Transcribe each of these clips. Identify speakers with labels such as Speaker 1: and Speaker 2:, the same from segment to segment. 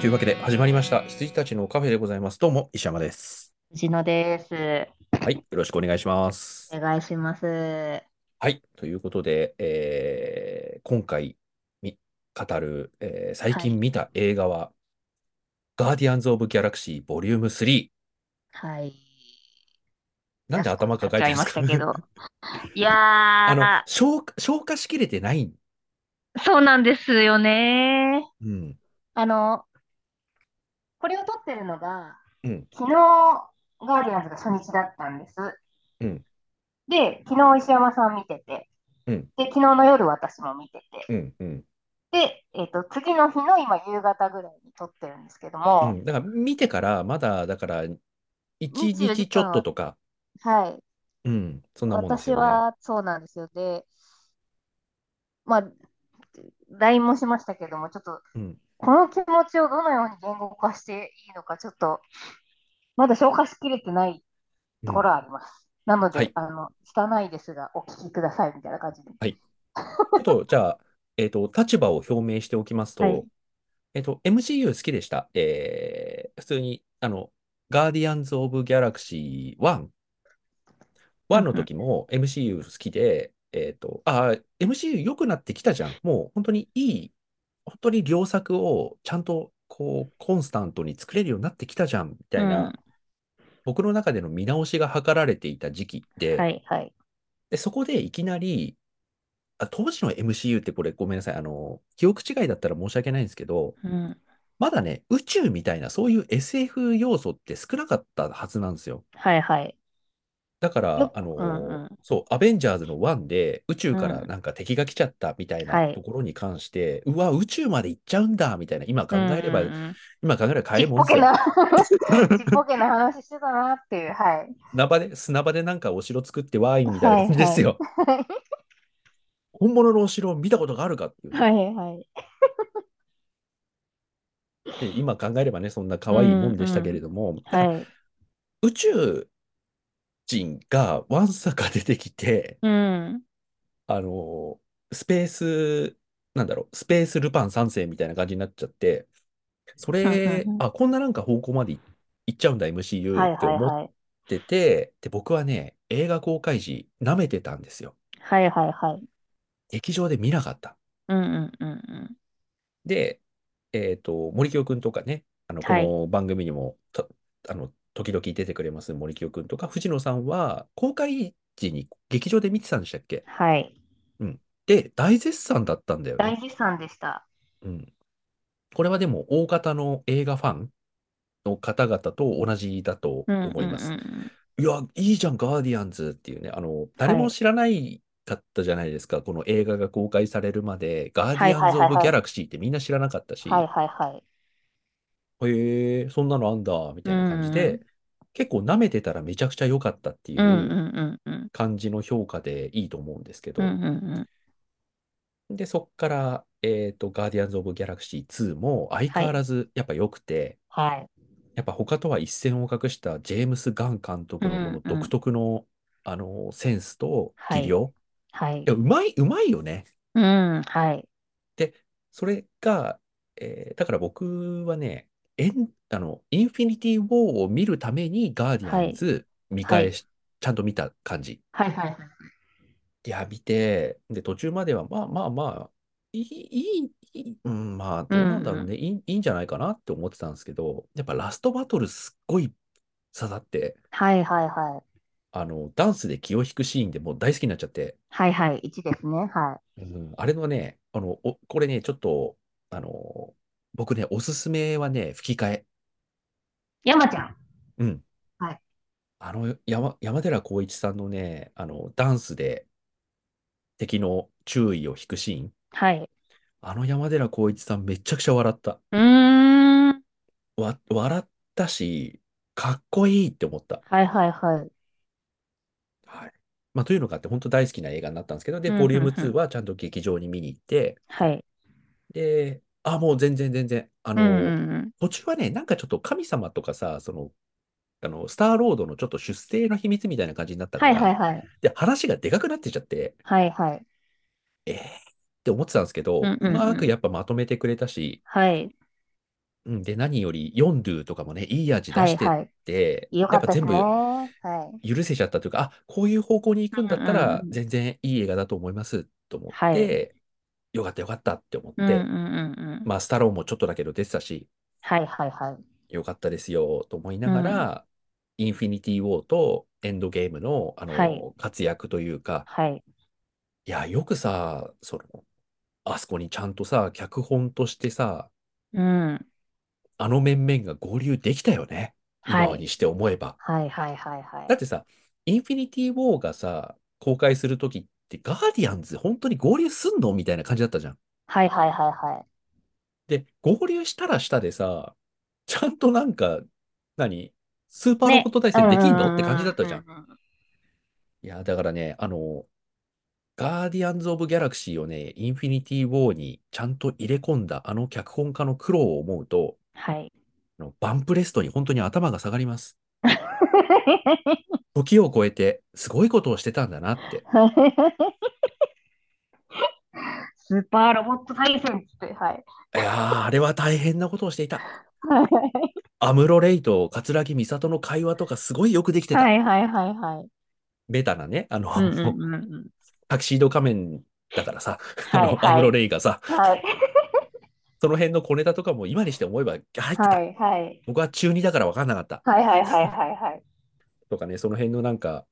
Speaker 1: というわけで始まりました。羊たちのカフェでございます。どうも、石山です。
Speaker 2: 藤野です。
Speaker 1: はい、よろしくお願いします。
Speaker 2: お願いします。
Speaker 1: はい、ということで、今回語る、最
Speaker 2: はい。
Speaker 1: 近見た映画は、ガーディアンズ・オブ・ギャラクシー、ボリューム3。
Speaker 2: はい。
Speaker 1: なんで
Speaker 2: ジャストに
Speaker 1: 頭抱えてるんですか？
Speaker 2: なっちゃいましたけど。いや
Speaker 1: 消化しきれてない。
Speaker 2: そうなんですよね。
Speaker 1: うん、
Speaker 2: あの、これを撮ってるのが、
Speaker 1: うん、
Speaker 2: 昨日、ガーディアンズが初日だったんです。
Speaker 1: うん、
Speaker 2: で、昨日石山さん見てて、
Speaker 1: うん、
Speaker 2: で、昨日の夜私も見てて、
Speaker 1: うん、うん。
Speaker 2: で、次の日の今夕方ぐらいに撮ってるんですけども、
Speaker 1: だから見てから、まだ、だから、1
Speaker 2: 24時
Speaker 1: 日ちょっ
Speaker 2: 間は、
Speaker 1: ととか、
Speaker 2: はい、
Speaker 1: うん、そんなもんですよね。
Speaker 2: 私はそうなんですよ。で、まあ、LINE もしましたけども、ちょっと、
Speaker 1: うん、
Speaker 2: この気持ちをどのように言語化していいのか、ちょっと、まだ消化しきれてない
Speaker 1: うん。
Speaker 2: ところはあります。なので、
Speaker 1: はい、
Speaker 2: 拙いですが、お聞きください、みたいな感じで。
Speaker 1: はい。ちょっと、じゃあ、立場を表明しておきます
Speaker 2: はい。
Speaker 1: と、MCU 好きでした。普通に、ガーディアンズ・オブ・ギャラクシー1、1の
Speaker 2: うんうん。
Speaker 1: 時も MCU 好きで、MCU 良くなってきたじゃん。もう本当にいい、本当に良作をちゃんとこう、コンスタントに作れるようになってきたじゃん、みた
Speaker 2: うん。
Speaker 1: いな、僕の中での見直しが図られていた時期で、
Speaker 2: はい、はい。
Speaker 1: で、そこでいきなり、当時の MCU ってこれごめんなさい。記憶違いだったら申し訳ないんですけど、
Speaker 2: うん。
Speaker 1: まだね、宇宙みたいなそういう SF 要素って少なかったはずなんですよ。
Speaker 2: はい、はい。
Speaker 1: だから、
Speaker 2: うん、うん。
Speaker 1: そう、アベンジャーズの1で宇宙から
Speaker 2: うん。
Speaker 1: なんか敵が来ちゃったみたいな
Speaker 2: はい。
Speaker 1: ところに関して、うわ、宇宙まで行っちゃうんだみたいな、
Speaker 2: うん、うん、うん。
Speaker 1: 今考えれば帰
Speaker 2: ち
Speaker 1: りもんですよ。
Speaker 2: っぽけなちっぽけな話してたなっていう、はい。
Speaker 1: 砂場でなんかお城作ってワインみたいな
Speaker 2: はい、はい。
Speaker 1: 感じですよ。本物のお城を見たことがあるかっていうね。
Speaker 2: はい、はい。
Speaker 1: で、今考えればね、そんな可愛いも
Speaker 2: うん、
Speaker 1: んでしたけれ
Speaker 2: うん。
Speaker 1: ども、だから
Speaker 2: はい。
Speaker 1: 宇宙人がわんさか出てきて、
Speaker 2: うん。
Speaker 1: あの、スペース、なんだろう、スペースルパン三世みたいな感じになっちゃって、そ
Speaker 2: うん、うん。
Speaker 1: れ、
Speaker 2: うん。
Speaker 1: こんななんか方向まで行っちゃうんだ、MCU っ
Speaker 2: はい、はい、
Speaker 1: て思っ
Speaker 2: はい。
Speaker 1: てて、で、僕はね、映画公開時、舐めてたんですよ。
Speaker 2: はい、はい、はい。
Speaker 1: 劇場で見なかった。
Speaker 2: うんうんうんうん。
Speaker 1: で、森清くんとかね、こ
Speaker 2: はい。
Speaker 1: の番組にも、時々出てくれます森清くんとか、藤野さんは、公開時に劇場で見てたんでしたっけ？
Speaker 2: はい。
Speaker 1: うん。で、大絶賛だったんだよね。
Speaker 2: 大絶賛でした。
Speaker 1: うん。これはでも、大方の映画ファンの方々と同じだと
Speaker 2: うんうんうんう
Speaker 1: 思います。
Speaker 2: ん。
Speaker 1: いや、いいじゃん、ガーディアンズっていうね、誰
Speaker 2: はい。
Speaker 1: も知らないかったじゃないですか、この映画が公開されるまで、ガーデ
Speaker 2: はい
Speaker 1: ィアンズ・オブ・ギャ
Speaker 2: はいはいはい。
Speaker 1: ラクシーってみんな知らなかったし、
Speaker 2: はいはいはい。
Speaker 1: へえ、そんなのあんだ、み
Speaker 2: う
Speaker 1: たいな感じで、
Speaker 2: んうん。
Speaker 1: 結構舐めてたらめちゃくちゃ良かったって
Speaker 2: うんう
Speaker 1: いう
Speaker 2: んうんうん。
Speaker 1: 感じの評価でいいと思うんですけど、
Speaker 2: うんうんうん。
Speaker 1: で、そっから、ガーディアンズ・オブ・ギャラクシー2も相変わ
Speaker 2: はい。
Speaker 1: らずやっぱ良くて、
Speaker 2: はい。
Speaker 1: やっぱ他とは一線を画したジェームス・ガン監
Speaker 2: う
Speaker 1: 督のこの独
Speaker 2: んうん。
Speaker 1: 特の、センスと
Speaker 2: はい。
Speaker 1: 技量。
Speaker 2: はい。
Speaker 1: いや、うまいよね。
Speaker 2: うん。はい。
Speaker 1: で、それが、だから僕はね、インフィニティ・ウォーを見るためにガーディア
Speaker 2: はい。
Speaker 1: ンズ見
Speaker 2: はい。
Speaker 1: 返し、ちゃんと見た感じ。
Speaker 2: はいはいはい。
Speaker 1: いや、見て、で、途中までは、まあまあまあ、うん、まあ、
Speaker 2: うん
Speaker 1: どうなんだ
Speaker 2: うん。
Speaker 1: ろうね、いいんじゃないかなって思ってたんですけど、やっぱラストバトルすっごい刺さって、
Speaker 2: はいはいはい。
Speaker 1: ダンスで気を引くシーンでもう大好きになっちゃって、
Speaker 2: はいはい。1ですね。は
Speaker 1: うん、あれのね、これね、ちょっと、あの、僕ね、おすすめはね、吹き替え。
Speaker 2: い。山ちゃん。
Speaker 1: うん。
Speaker 2: はい。
Speaker 1: 山寺宏一さんのね、ダンスで敵の注意を引くシーン。
Speaker 2: はい。
Speaker 1: 山寺宏一さんめちゃくちゃ笑った。
Speaker 2: うーん。
Speaker 1: 笑ったし、かっこいいって思った。
Speaker 2: はいはいはい。
Speaker 1: はい。まあ、というのがあって、本当大好きな映画になったんですけど、で、
Speaker 2: うん
Speaker 1: ボリューム2
Speaker 2: うんうん。
Speaker 1: はちゃんと劇場に見に行って、
Speaker 2: はい。
Speaker 1: で、もう全然、
Speaker 2: うんうんうん。
Speaker 1: 途中はね、なんかちょっと神様とかさ、スターロードのちょっと出生の秘密みたいな感じになったか
Speaker 2: はいはい
Speaker 1: ら、
Speaker 2: はい。
Speaker 1: で、話がでかくなってきちゃって、
Speaker 2: はいはい。
Speaker 1: って思ってたんですけど、
Speaker 2: うん
Speaker 1: う
Speaker 2: うんうん。
Speaker 1: まくやっぱまとめてくれたし、
Speaker 2: はい。
Speaker 1: うん、で、何より、ヨンドゥとかもね、いい味出してっ
Speaker 2: はいはい。
Speaker 1: て、
Speaker 2: よかったですね。
Speaker 1: やっぱ全部
Speaker 2: はい。
Speaker 1: 許せちゃったというか、あ、こういう方向に行くんだった
Speaker 2: うんうん
Speaker 1: ら、
Speaker 2: うん。
Speaker 1: 全然いい映画だと思いますと思っ
Speaker 2: はい。
Speaker 1: て、よかったよかったって思っ
Speaker 2: うんうん
Speaker 1: て、
Speaker 2: うんうん。
Speaker 1: まあ、スタローンもちょっとだけど出てたし、
Speaker 2: はいはいはい。
Speaker 1: よかったですよと思いなが
Speaker 2: うん。
Speaker 1: ら、インフィニティ・ウォーとエンドゲームの、
Speaker 2: はい。
Speaker 1: 活躍というか、
Speaker 2: はい。
Speaker 1: いや、よくさ、あそこにちゃんとさ、脚本としてさ、
Speaker 2: うん。
Speaker 1: あの面々が合流できたよね。
Speaker 2: はい。
Speaker 1: 今にして思えば。
Speaker 2: はいはいはいはい。
Speaker 1: だってさ、インフィニティ・ウォーがさ、公開するときって、ガーディアンズ本当に合流すんのみたいな感じだったじゃん。
Speaker 2: はいはいはいはい。
Speaker 1: で、合流したらしたでさ、ちゃんとなんか、何スーパーロボッ
Speaker 2: ね。
Speaker 1: ト対
Speaker 2: うんう
Speaker 1: 戦できんのって感
Speaker 2: んうん
Speaker 1: じだったじゃん。
Speaker 2: うんうんうん。
Speaker 1: いや、だからね、ガーディアンズ・オブ・ギャラクシーをね、インフィニティ・ウォーにちゃんと入れ込んだあの脚本家の苦労を思うと、
Speaker 2: はい。
Speaker 1: バンプレストに本当に頭が下がります。時を超えて、すごいことをしてたんだなって。
Speaker 2: スーパーロボット対戦っつって、はい。
Speaker 1: いやー、あれは大変なことをしていた。
Speaker 2: はい。
Speaker 1: アムロレイと桂木美里の会話とかすごいよくできてた。
Speaker 2: はいはいはいはい。
Speaker 1: ベタなね、
Speaker 2: うんうんうんうん。
Speaker 1: タキシード仮面だからさ、アムロ
Speaker 2: はいはい。
Speaker 1: レイがさ、
Speaker 2: はい。
Speaker 1: その辺の小ネタとかも今にして思えば入ってた。
Speaker 2: はいはい。
Speaker 1: 僕は中2だから分かんなかった。
Speaker 2: はいはいはいはいはい。
Speaker 1: とかね、その辺のなんか、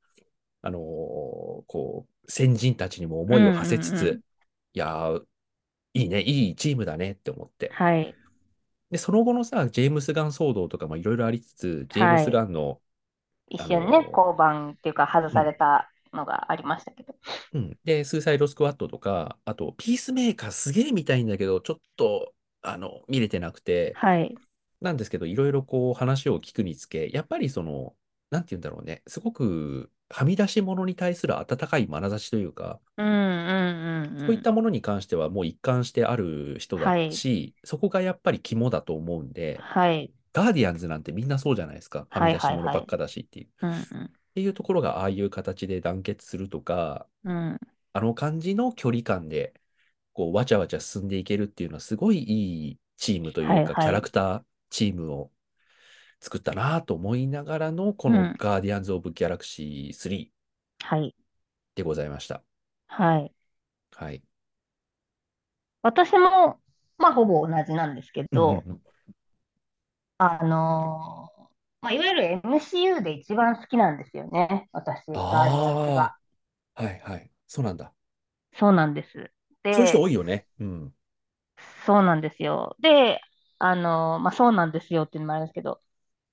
Speaker 1: 先人たちにも思いを
Speaker 2: うん
Speaker 1: 馳せつつ、
Speaker 2: うんうん。
Speaker 1: いやー、いいね、いいチームだねって思って。
Speaker 2: はい。
Speaker 1: で、その後のさ、ジェームス・ガン騒動とかもいろいろありつつ、ジェームス・
Speaker 2: はい。
Speaker 1: ガンの、あ
Speaker 2: 一瞬ね、
Speaker 1: の
Speaker 2: 交番っていうか外
Speaker 1: うん、
Speaker 2: されたのがありましたけど。
Speaker 1: うん。で、スーサイド・スクワットとか、あと、ピースメーカーすげえ見たいんだけど、ちょっと、見れてなくて、
Speaker 2: はい。
Speaker 1: なんですけど、いろいろこう話を聞くにつけ、やっぱりなんて言うんだろうね、すごくはみ出し物に対する温かい眼差しというか、
Speaker 2: うんうんうんうん。
Speaker 1: そういったものに関してはもう一貫してある人だ
Speaker 2: はい。
Speaker 1: し、そこがやっぱり肝だと思うんで、
Speaker 2: はい。
Speaker 1: ガーディアンズなんてみんなそうじゃないですか。はみ
Speaker 2: はい
Speaker 1: 出し
Speaker 2: はいはい。
Speaker 1: 物ばっかだしっていう。っ
Speaker 2: うんうん。
Speaker 1: ていうところがああいう形で団結するとか、
Speaker 2: うん。
Speaker 1: あの感じの距離感で、わちゃわちゃ進んでいけるっていうのはすごいいいチームというか、キャラ
Speaker 2: はいはい。
Speaker 1: クターチームを作ったなと思いながらの、この
Speaker 2: うん。
Speaker 1: ガーディアンズ・オブ・ギャラクシー3
Speaker 2: はい。
Speaker 1: でございました。
Speaker 2: はい。
Speaker 1: はい。
Speaker 2: 私も、まあ、ほぼ同じなんですけど、
Speaker 1: うんうんうん。
Speaker 2: まあ、いわゆる MCU で一番好きなんですよね。私、ガーディアンズ
Speaker 1: あ
Speaker 2: が。
Speaker 1: あ、はいはい。そうなんだ。
Speaker 2: そうなんです。
Speaker 1: そういう人
Speaker 2: で、
Speaker 1: 多いよね。うん。
Speaker 2: そうなんですよ。で、まあ、そうなんですよっていうのもあるんですけど、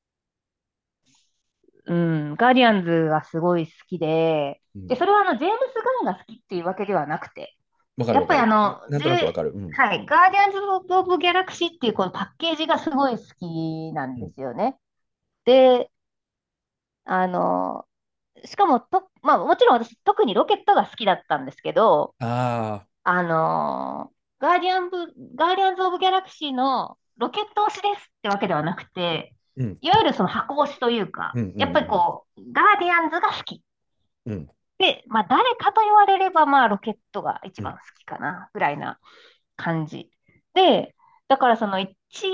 Speaker 2: うん、ガーディアンズがすごい好きで、
Speaker 1: うん。
Speaker 2: それはジェームス・ガンが好きっていうわけではなくて、やっぱり
Speaker 1: わかるわかる。なんとなくわかる。うん。
Speaker 2: はい、ガーディアンズ・オブ・ギャラクシーっていうこのパッケージがすごい好きなんで
Speaker 1: うん。
Speaker 2: すよね。で、あの、しかもまあもちろん私特にロケットが好きだったんですけど、
Speaker 1: ああ、
Speaker 2: あの、ガーディアンズ・オブ・ギャラクシーのロケット推しですってわけではなくて、
Speaker 1: うん。
Speaker 2: いわゆるその箱推しというか、
Speaker 1: うんう
Speaker 2: やっぱり
Speaker 1: ん
Speaker 2: こう、ガーディアンズが好き。
Speaker 1: うん。うん。
Speaker 2: で、まあ誰かと言われればまあロケットが一
Speaker 1: うん。
Speaker 2: 番好きかな、ぐらいな感じ。で、だからその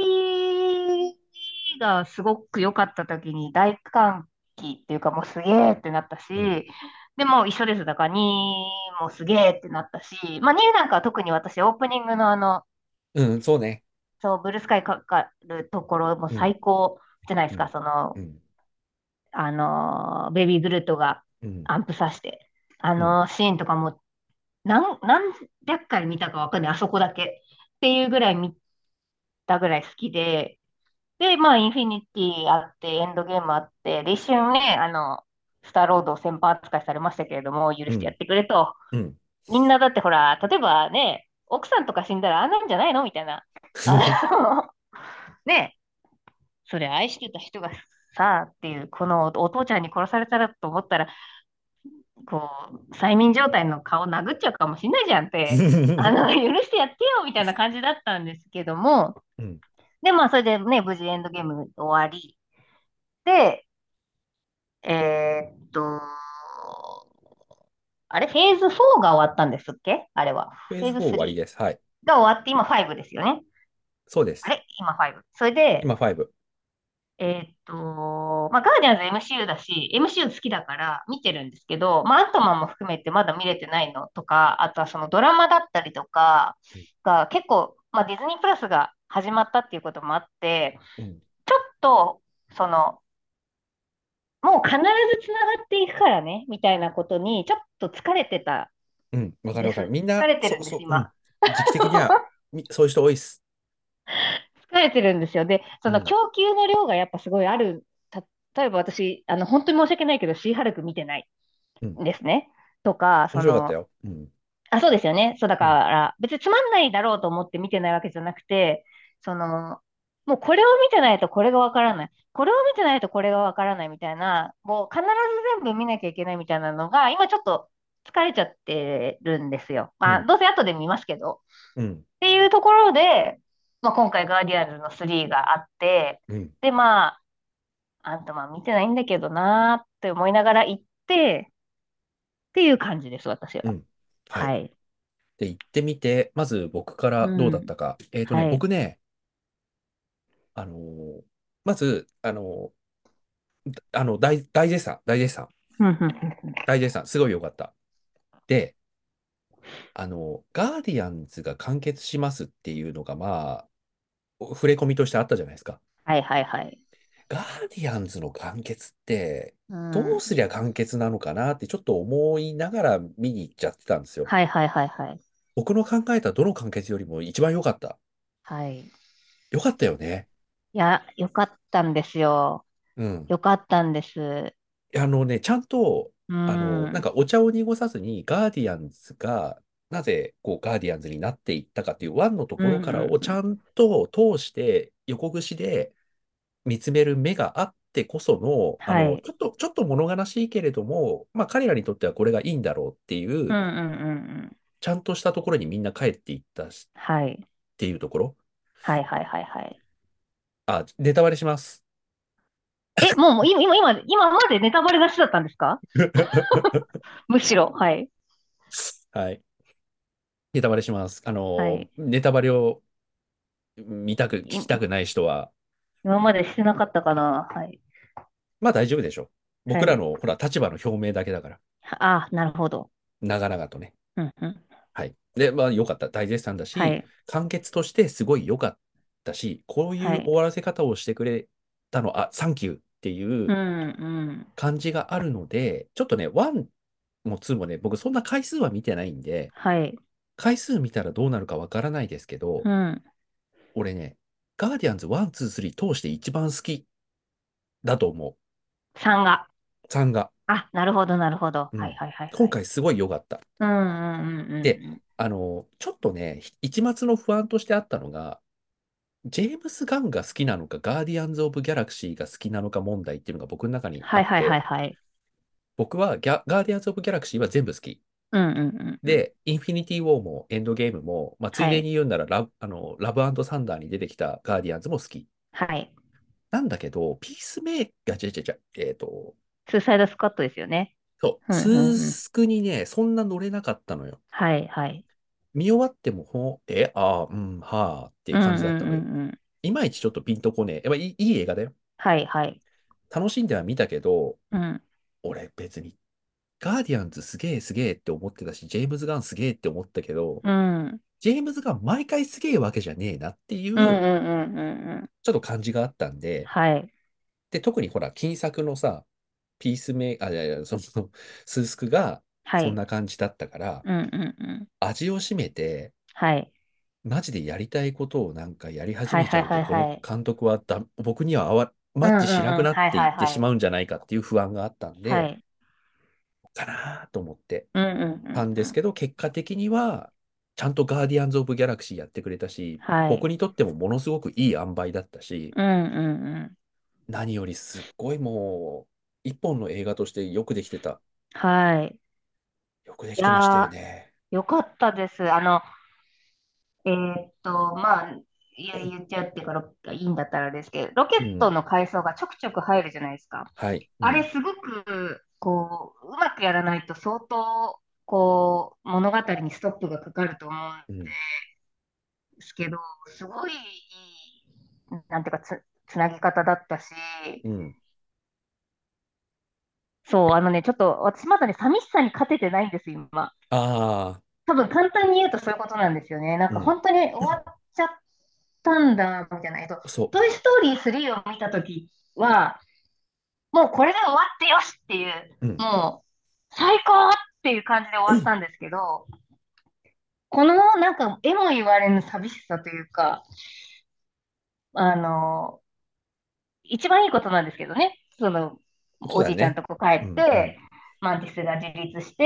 Speaker 2: 1がすごく良かった時に大歓喜っていうかもうすげーってなった
Speaker 1: うん。
Speaker 2: し、でも一緒です。だから2もすげーってなったし、まあ2なんかは特に私オープニングの
Speaker 1: うん、そうね。
Speaker 2: そう、ブルースカイかかるところも
Speaker 1: うん。
Speaker 2: 最高じゃないですか。
Speaker 1: うん。うん。
Speaker 2: ベビーグルートが
Speaker 1: うん。
Speaker 2: アンプさして、
Speaker 1: うん。
Speaker 2: シーンとかも何百回見たかわかんない、あそこだけ。っていうぐらい見たぐらい好きで、まあ、インフィニティあって、エンドゲームあって、で、一瞬ね、スターロードを先輩扱いされましたけれども、許
Speaker 1: うん。
Speaker 2: してやってくれと。
Speaker 1: うん。
Speaker 2: みんなだってほら、例えばね、奥さんとか死んだらあんなんじゃないのみたいな。あね、それ愛してた人がさ、っていう、このお父ちゃんに殺されたらと思ったら、こ催眠状態の顔殴っちゃうかもしんないじゃんって、許してやってよみたいな感じだったんですけども、
Speaker 1: うん。
Speaker 2: で、まあ、それでね、無事エンドゲーム終わり、で、ーっと、あれ、フェーズ4が終わったんですっけあれは。
Speaker 1: フェーズ4
Speaker 2: フェーズ
Speaker 1: 終わり
Speaker 2: 3
Speaker 1: です。はい。
Speaker 2: が終わって、今5ですよね。
Speaker 1: そうです。
Speaker 2: あれ今5。それで、
Speaker 1: 今5。
Speaker 2: まあ、ガーディアンズ MCU だし、MCU 好きだから見てるんですけど、まあ、アントマンも含めてまだ見れてないのとか、あとはそのドラマだったりとか
Speaker 1: うん。
Speaker 2: が結構、まあ、ディズニープラスが始まったっていうこともあって、
Speaker 1: うん。
Speaker 2: ちょっと、その、もう必ずつながっていくからね、みたいなことに、ちょっと疲れてた
Speaker 1: うん。わかるわかる。
Speaker 2: んです。
Speaker 1: みんな、
Speaker 2: 疲れてるんです、
Speaker 1: うん。
Speaker 2: 今。
Speaker 1: 時期的には、そういう人多いっす。
Speaker 2: 疲れてるんですよ。で、その
Speaker 1: うん。
Speaker 2: 供給の量がやっぱすごいある。例えば私、本当に申し訳ないけど、シーハルク見てない
Speaker 1: うん。
Speaker 2: んですね。とか、
Speaker 1: 面白かったよ。うん。
Speaker 2: あ、そうですよね。そうだか
Speaker 1: うん。
Speaker 2: ら、別につまんないだろうと思って見てないわけじゃなくて、もうこれを見てないとこれがわからない。これを見てないとこれがわからないみたいな、もう必ず全部見なきゃいけないみたいなのが、今ちょっと疲れちゃってるんですよ。まあ、
Speaker 1: うん。
Speaker 2: どうせ後で見ますけど。
Speaker 1: うん。
Speaker 2: っていうところで、まあ、今回ガーディアンズの3があって、
Speaker 1: うん。
Speaker 2: で、まあ、アントマン見てないんだけどなーって思いながら行って、っていう感じです、私は。
Speaker 1: うん。はい。
Speaker 2: はい。
Speaker 1: で、行ってみて、まず僕からどうだっ
Speaker 2: うん。
Speaker 1: たか。
Speaker 2: はい。
Speaker 1: 僕ね、あのーまず、大絶賛、大絶賛、
Speaker 2: うんうんうん
Speaker 1: 大絶賛、すごい良かった。で、ガーディアンズが完結しますっていうのが、まあ、触れ込みとしてあったじゃないですか。
Speaker 2: はいはいはい。
Speaker 1: ガーディアンズの完結って、
Speaker 2: うん。
Speaker 1: どうすりゃ完結なのかなってちょっと思いながら見に行っちゃってたんですよ。
Speaker 2: はいはいはいはい。
Speaker 1: 僕の考えたどの完結よりも一番良かった。
Speaker 2: はい。
Speaker 1: 良かったよね。
Speaker 2: いや、よかったんですよ。
Speaker 1: うん。
Speaker 2: よかったんです。
Speaker 1: ちゃんと、
Speaker 2: う
Speaker 1: なん
Speaker 2: ん。
Speaker 1: かお茶を濁さずに、ガーディアンズが、なぜ、ガーディアンズになっていったかっていうワンのと
Speaker 2: うん
Speaker 1: ころからをち
Speaker 2: うん。
Speaker 1: ゃんと通して横串で見つめる目があってこその、
Speaker 2: はい。
Speaker 1: ちょっと物悲しいけれども、まあ彼らにとってはこれがいいんだろうっていう、
Speaker 2: うんうんうんうん。
Speaker 1: ちゃんとしたところにみんな帰っていったし
Speaker 2: はい。
Speaker 1: っていうところ。
Speaker 2: はいはいはいはい。
Speaker 1: あ、ネタバレします。
Speaker 2: もう今までネタバレ出しだったんですか？むしろ。はい。
Speaker 1: はい。ネタバレします。
Speaker 2: はい。
Speaker 1: ネタバレを聞
Speaker 2: い、
Speaker 1: きたくない人は、
Speaker 2: 今までしてなかったかな。はい。
Speaker 1: まあ大丈夫でしょう。
Speaker 2: はい。
Speaker 1: 僕らの、ほら、立場の表明だけだから。
Speaker 2: あ、なるほど。
Speaker 1: 長々とね。
Speaker 2: うんうん。
Speaker 1: はい。で、まあ良かった。大絶賛だし、
Speaker 2: はい。
Speaker 1: 完結としてすごい良かったし、こういう終
Speaker 2: はい。
Speaker 1: わらせ方をしてくれたの、サンキューっていう
Speaker 2: うんうん。
Speaker 1: 感じがあるので、ちょっとね、1も2もね、僕そんな回数は見てないんで、
Speaker 2: はい。
Speaker 1: 回数見たらどうなるかわからないですけど、
Speaker 2: うん。
Speaker 1: 俺ね、ガーディアンズ1、2、3通して一番好きだと思う。
Speaker 2: 3が。
Speaker 1: 3が。
Speaker 2: あ、なるほど、なるほど。
Speaker 1: うん。
Speaker 2: はいはいはいはい。
Speaker 1: 今回すごい良かった。
Speaker 2: うんうんうん
Speaker 1: で、
Speaker 2: うんうん。
Speaker 1: ちょっとね、一抹の不安としてあったのが、ジェームス・ガンが好きなのか、ガーディアンズ・オブ・ギャラクシーが好きなのか問題っていうのが僕の中にあ
Speaker 2: はいはいはい
Speaker 1: って、
Speaker 2: はい。
Speaker 1: 僕はガーディアンズ・オブ・ギャラクシーは全部好き。
Speaker 2: うんうんうんうん。
Speaker 1: で、インフィニティ・ウォーもエンドゲームも、まあ、つい
Speaker 2: はい。
Speaker 1: でに言うならラブサンダーに出てきたガーディアンズも好き。
Speaker 2: はい。
Speaker 1: なんだけど、ピースメーカー、
Speaker 2: ツーサイドスカットですよね。
Speaker 1: そう、
Speaker 2: うん
Speaker 1: ツ
Speaker 2: うんうん。
Speaker 1: ースクにね、そんな乗れなかったのよ。
Speaker 2: はいはい。
Speaker 1: 見終わっても、うん、はあっていう感
Speaker 2: うんうん
Speaker 1: じだったのよ。
Speaker 2: うんうん。
Speaker 1: いまいちちょっとピンとこねえ。やっぱいい映画だよ。
Speaker 2: はいはい。
Speaker 1: 楽しんでは見たけど、
Speaker 2: うん。
Speaker 1: 俺別にガーディアンズすげえすげえって思ってたし、ジェームズ・ガンすげえって思ったけど、
Speaker 2: うん。
Speaker 1: ジェームズ・ガン毎回すげえわけじゃねえなってい
Speaker 2: うんう
Speaker 1: う、
Speaker 2: んうんうんうん。
Speaker 1: ちょっと感じがあったんで、
Speaker 2: はい。
Speaker 1: で、特にほら、金作のさ、ピースメーカー、いやいや、スースクが
Speaker 2: はい。
Speaker 1: そんな感じだったから、
Speaker 2: うんうんうん。
Speaker 1: 味を占めて、
Speaker 2: はい。
Speaker 1: マジでやりたいことをなんかやり始めち
Speaker 2: はいはい
Speaker 1: ゃうと、この
Speaker 2: はいはい。
Speaker 1: 監督は僕にはマ
Speaker 2: うんう
Speaker 1: ッチしな
Speaker 2: んうん。はい
Speaker 1: くなってい
Speaker 2: はいはい。
Speaker 1: ってしまうんじゃないかっていう不安があったんで、
Speaker 2: はい。
Speaker 1: かなと思って
Speaker 2: うんうんうんうん。
Speaker 1: たんですけど、結果的には、ちゃんとガーディアンズ・オブ・ギャラクシーやってくれたし、
Speaker 2: はい。
Speaker 1: 僕にとってもものすごくいい塩梅だったし、
Speaker 2: うんうんうん。
Speaker 1: 何よりすっごいもう、一本の映画としてよくできてた。
Speaker 2: はい。
Speaker 1: よくで
Speaker 2: い
Speaker 1: きてましたよ
Speaker 2: や
Speaker 1: ね。
Speaker 2: ー、よかったです。まあ、いや、言っちゃうっていうか、いいんだったらですけど、ロケッ
Speaker 1: うん。
Speaker 2: トの階層がちょくちょく入るじゃないですか。
Speaker 1: はい。う
Speaker 2: あれ、
Speaker 1: ん。
Speaker 2: すごく、うまくやらないと相当、物語にストップがかかると思う。
Speaker 1: うん。
Speaker 2: ですけど、すごいいい、なんていうかつなぎ方だったし、
Speaker 1: うん。
Speaker 2: そう、ちょっと私まだね、寂しさに勝ててないんですよ、今。
Speaker 1: ああ、
Speaker 2: 多分簡単に言うとそういうことなんですよね。なん
Speaker 1: うん。
Speaker 2: か本当に終わっちゃったんだ、みたいな。
Speaker 1: そ
Speaker 2: トイ・ストーリー3を見たときは、もうこれで終わってよしっていう、
Speaker 1: う。うん。
Speaker 2: もう最高っていう感じで終わったんですけど、このなんか絵も言われぬ寂しさというか、あの、一番いいことなんですけどね。おじいちゃん
Speaker 1: そうだね。
Speaker 2: とこ帰
Speaker 1: うん、う
Speaker 2: って、
Speaker 1: ん、
Speaker 2: マンティスが自立して、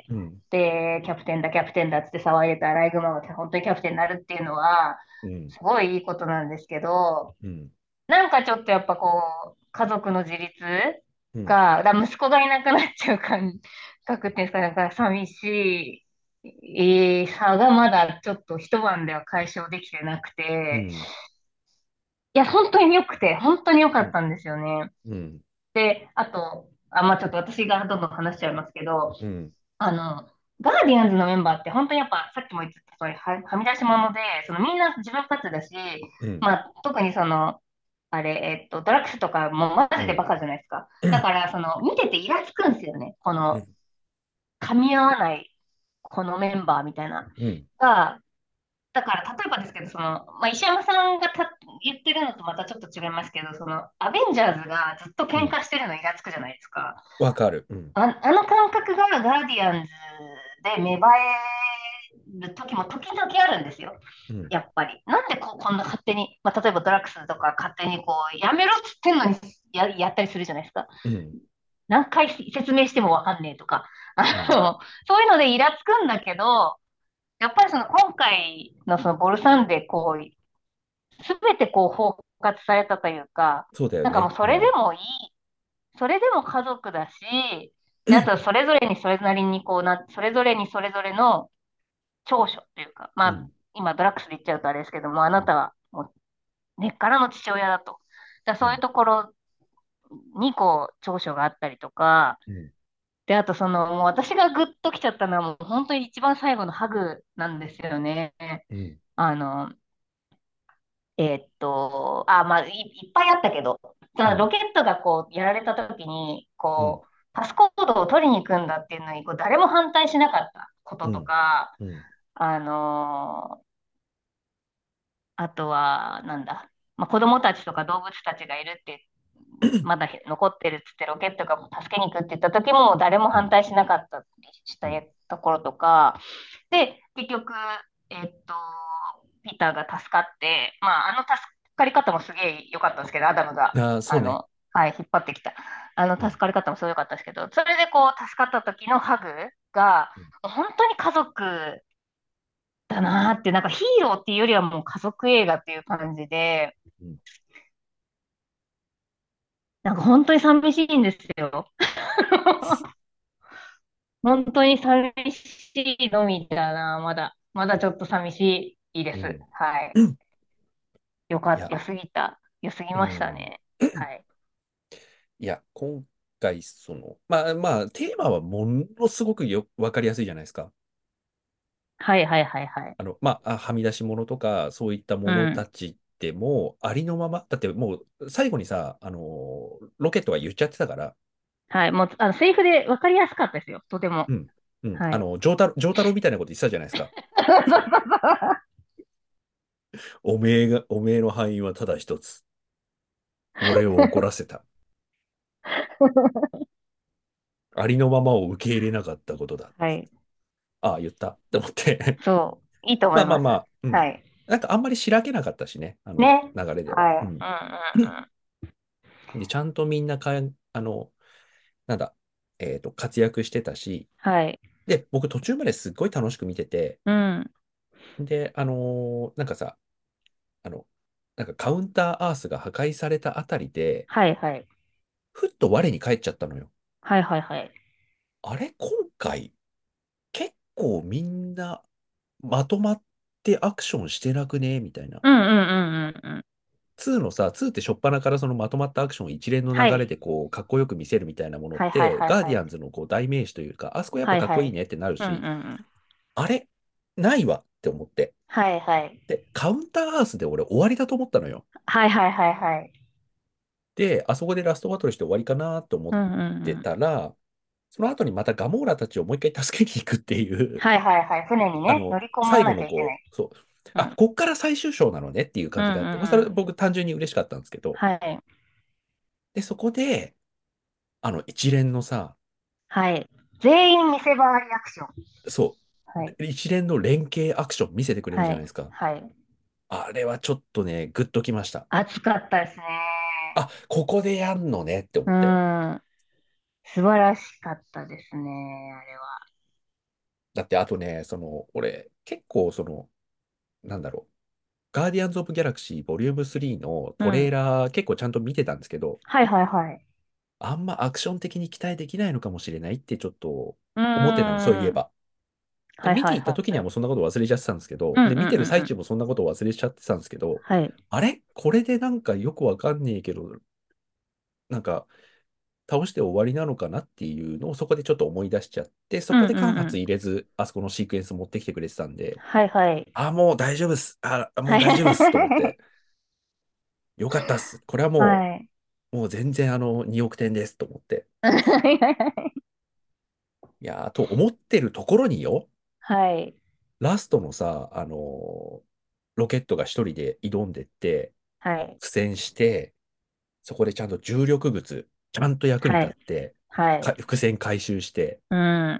Speaker 1: うん、
Speaker 2: で、キャプテンだ、キャプテンだって騒いでたアライグマが本当にキャプテンになるっていうのは、
Speaker 1: うん、
Speaker 2: すごいいいことなんですけど、
Speaker 1: うん、
Speaker 2: なんかちょっとやっぱこう、家族の自立
Speaker 1: うん、
Speaker 2: が、息子がいなくなっちゃう感覚っていうんですか、なんか寂しいさがまだちょっと一晩では解消できてなくて、
Speaker 1: うん、
Speaker 2: いや、本当に良くて、本当に良か
Speaker 1: うん、
Speaker 2: ったんですよね。
Speaker 1: うん、
Speaker 2: で、あと、まあちょっと私がどんどん話しちゃいますけど、
Speaker 1: うん、
Speaker 2: あの、ガーディアンズのメンバーって本当にやっぱさっきも言ってた通りはみ出し物で、みんな自分勝手だし、
Speaker 1: うん、
Speaker 2: まあ特にドラッグスとかもマ
Speaker 1: うん、
Speaker 2: ジでバカじゃないですか。だから見ててイラつくんですよね。この噛み合わないこのメンバーみたいな。
Speaker 1: うん、
Speaker 2: が、だから例えばですけど、石山さんが言ってるのとまたちょっと違いますけど、アベンジャーズがずっと
Speaker 1: うん。
Speaker 2: 喧嘩してるのイラつくじゃないですか。
Speaker 1: わかる。うん、
Speaker 2: あの感覚がガーディアンズで芽生える時も時々あるんですよ。
Speaker 1: うん、
Speaker 2: やっぱり。なんでこんな勝手に、まあ、例えばドラッグスとか勝手にやめろっつってんのにやったりするじゃないですか。
Speaker 1: うん、
Speaker 2: 何回説明してもわかんねえとか。
Speaker 1: うん、
Speaker 2: そういうのでイラつくんだけど、やっぱり今回のボルサンですべて包括されたというか、なんかもう
Speaker 1: そうだよね。
Speaker 2: それで
Speaker 1: うん、
Speaker 2: もいい。それでも家族だし、で、あとそれぞれにそれなりにそれぞれにそれぞれの長所というか、まあ、
Speaker 1: うん、
Speaker 2: 今ドラッグスで言っちゃうとあれですけども、あな
Speaker 1: うん、
Speaker 2: たはもう根っからの父親だと。そういう
Speaker 1: うん、
Speaker 2: ところに長所があったりとか、
Speaker 1: うん、
Speaker 2: で、あともう私がグッときちゃったのはもう本当に一番最後のハグなんですよね。
Speaker 1: うん、
Speaker 2: あの、まあ、いっぱいあったけど、
Speaker 1: うん、
Speaker 2: ロケットがやられた時に、
Speaker 1: うん、
Speaker 2: パスコードを取りに行くんだっていうのに、誰も反対しなかったことと
Speaker 1: うん、
Speaker 2: か、
Speaker 1: うん、
Speaker 2: あのーあとは、なんだ、まあ、子供たちとか動物たちがいるって、まだ残ってるっつってロケットが助けに行くって言った時も誰も
Speaker 1: うん、
Speaker 2: 反対しなかったりした
Speaker 1: うん、
Speaker 2: ところとか、で、結局、えっと、ピーターが助かって、まあ、助かり方もすげえ良かったんですけど、アダムが、
Speaker 1: ああ、そうね。
Speaker 2: はい、引っ張ってきた。
Speaker 1: うん、
Speaker 2: 助かり方もすごい良かったですけど、それで助かった時のハグが、
Speaker 1: うん、
Speaker 2: 本当に家族だなーって、なんかヒーローっていうよりはもう家族映画っていう感じで、
Speaker 1: うん。
Speaker 2: なんか本当に寂しいんですよ。本当に寂しいのみだな、まだ。まだちょっと寂しいです。
Speaker 1: うん。
Speaker 2: はい。
Speaker 1: いや、
Speaker 2: 良すぎた。良すぎました
Speaker 1: うん。
Speaker 2: ね。はい。
Speaker 1: いや、今回、まあまあ、テーマはものすごくわかりやすいじゃないですか。
Speaker 2: はいはいはいはい。
Speaker 1: まあ、はみ出し物とか、そういったもの
Speaker 2: うん。
Speaker 1: たちってもう、ありのまま、だってもう、最後にさ、ロケットは言っちゃってたから、
Speaker 2: はい。もう、セリフで分かりやすかったですよ。とても。
Speaker 1: うん、うん、
Speaker 2: はい。
Speaker 1: 丈太郎みたいなこと言ってたじゃないですか。おめえの範囲はただ一つ。俺を怒らせた。ありのままを受け入れなかったことだ。
Speaker 2: はい。
Speaker 1: ああ、言ったって思って。
Speaker 2: そう。いいと
Speaker 1: ま
Speaker 2: 思います。
Speaker 1: あまあまあ、うん。
Speaker 2: はい。
Speaker 1: なんかあんまりしらけなかったしね、
Speaker 2: ね。
Speaker 1: 流れでは。
Speaker 2: はい。
Speaker 1: うん。
Speaker 2: うんうんうん。
Speaker 1: で、ちゃんとみんななんだ、活躍してたし、
Speaker 2: はい。
Speaker 1: で、僕途中まですっごい楽しく見てて、
Speaker 2: うん。
Speaker 1: で、なんかさ、あの、なんかカウンターアースが破壊されたあたりで、
Speaker 2: はいはい。
Speaker 1: ふっと我に返っちゃったのよ。
Speaker 2: はいはいはい。
Speaker 1: あれ、今回、結構みんなまとまってアクションしてなくねみたいな。
Speaker 2: うんうんうんうんうん。
Speaker 1: 2のさ、2って初っ端からそのまとまったアクション一連の
Speaker 2: はい。
Speaker 1: 流れでこう、かっこよく見せるみたいなものっ
Speaker 2: はいはい
Speaker 1: て、ガー
Speaker 2: はいはい。
Speaker 1: ディアンズのこう代名詞というか、あそこやっぱかっ
Speaker 2: はいはい。
Speaker 1: こいいねってなる
Speaker 2: うんうんう
Speaker 1: し、
Speaker 2: ん。
Speaker 1: あれないわって思って。
Speaker 2: はいはい。
Speaker 1: で、カウンターアースで俺終わりだと思ったのよ。
Speaker 2: はいはいはいはい。
Speaker 1: で、あそこでラストバトルして終わりかなと思っ
Speaker 2: うんうんう
Speaker 1: て
Speaker 2: ん。
Speaker 1: たら、その後にまたガモーラたちをもう一回助けに行くっていう、
Speaker 2: はいはいはい。船にね、乗り込ま
Speaker 1: 最後
Speaker 2: なきゃいけない。
Speaker 1: のこう、そう、あ、
Speaker 2: うん。
Speaker 1: こっから最終章なのねっていう
Speaker 2: うんうん
Speaker 1: 感じがあって、まあ、それ
Speaker 2: うん。
Speaker 1: 僕単純に嬉しかったんですけど、
Speaker 2: はい。
Speaker 1: で、そこで、一連のさ、
Speaker 2: はい。全員見せ場ありアクション。
Speaker 1: そ
Speaker 2: はい。
Speaker 1: う、一連の連携アクション見せてくれる
Speaker 2: はい。
Speaker 1: じゃないですか。
Speaker 2: はい。
Speaker 1: あれはちょっとね、グッときました。
Speaker 2: 熱かったですね。
Speaker 1: あ、ここでやんのねって思
Speaker 2: う
Speaker 1: って。
Speaker 2: ん。素晴らしかったですね、あれは。
Speaker 1: だって、あとね、俺、結構、なんだろう、ガーディアンズ・オブ・ギャラクシーボリューム3のトレー
Speaker 2: うん。
Speaker 1: ラー結構ちゃんと見てたんですけど、
Speaker 2: はいはいはい。
Speaker 1: あんまアクション的に期待できないのかもしれないってちょっと
Speaker 2: うー
Speaker 1: 思ってたの、そういえ
Speaker 2: ん。
Speaker 1: ば。で、
Speaker 2: はいはい
Speaker 1: 見に行った時にはもう
Speaker 2: はいはい。
Speaker 1: そんなこと忘れちゃってたんですけど、で、
Speaker 2: うんうん
Speaker 1: 見てる
Speaker 2: うんうん。
Speaker 1: 最中もそんなこと忘れちゃってたんですけど、
Speaker 2: はい。
Speaker 1: あれこれでなんかよくわかんねえけど、なんか倒して終わりなのかなっていうのをそこでちょっと思い出しちゃって、そ
Speaker 2: うん
Speaker 1: こで間髪
Speaker 2: うんうん。
Speaker 1: 入れず、あそこのシークエンス持ってきてくれてたんで、
Speaker 2: はいはい。
Speaker 1: あ、もう大丈夫っす。も
Speaker 2: はい。
Speaker 1: う大丈夫っすと思って、よかったっす。これはも
Speaker 2: はい。
Speaker 1: もう全然2億点ですと思って。いやー、と思ってるところによ、
Speaker 2: はい。
Speaker 1: ラストのさ、ロケットが一人で挑んでって、
Speaker 2: はい。
Speaker 1: 苦戦して、そこでちゃんと重力靴、ちゃんと役に
Speaker 2: はい。
Speaker 1: 立って、
Speaker 2: はい。
Speaker 1: 伏線回収して、
Speaker 2: うん。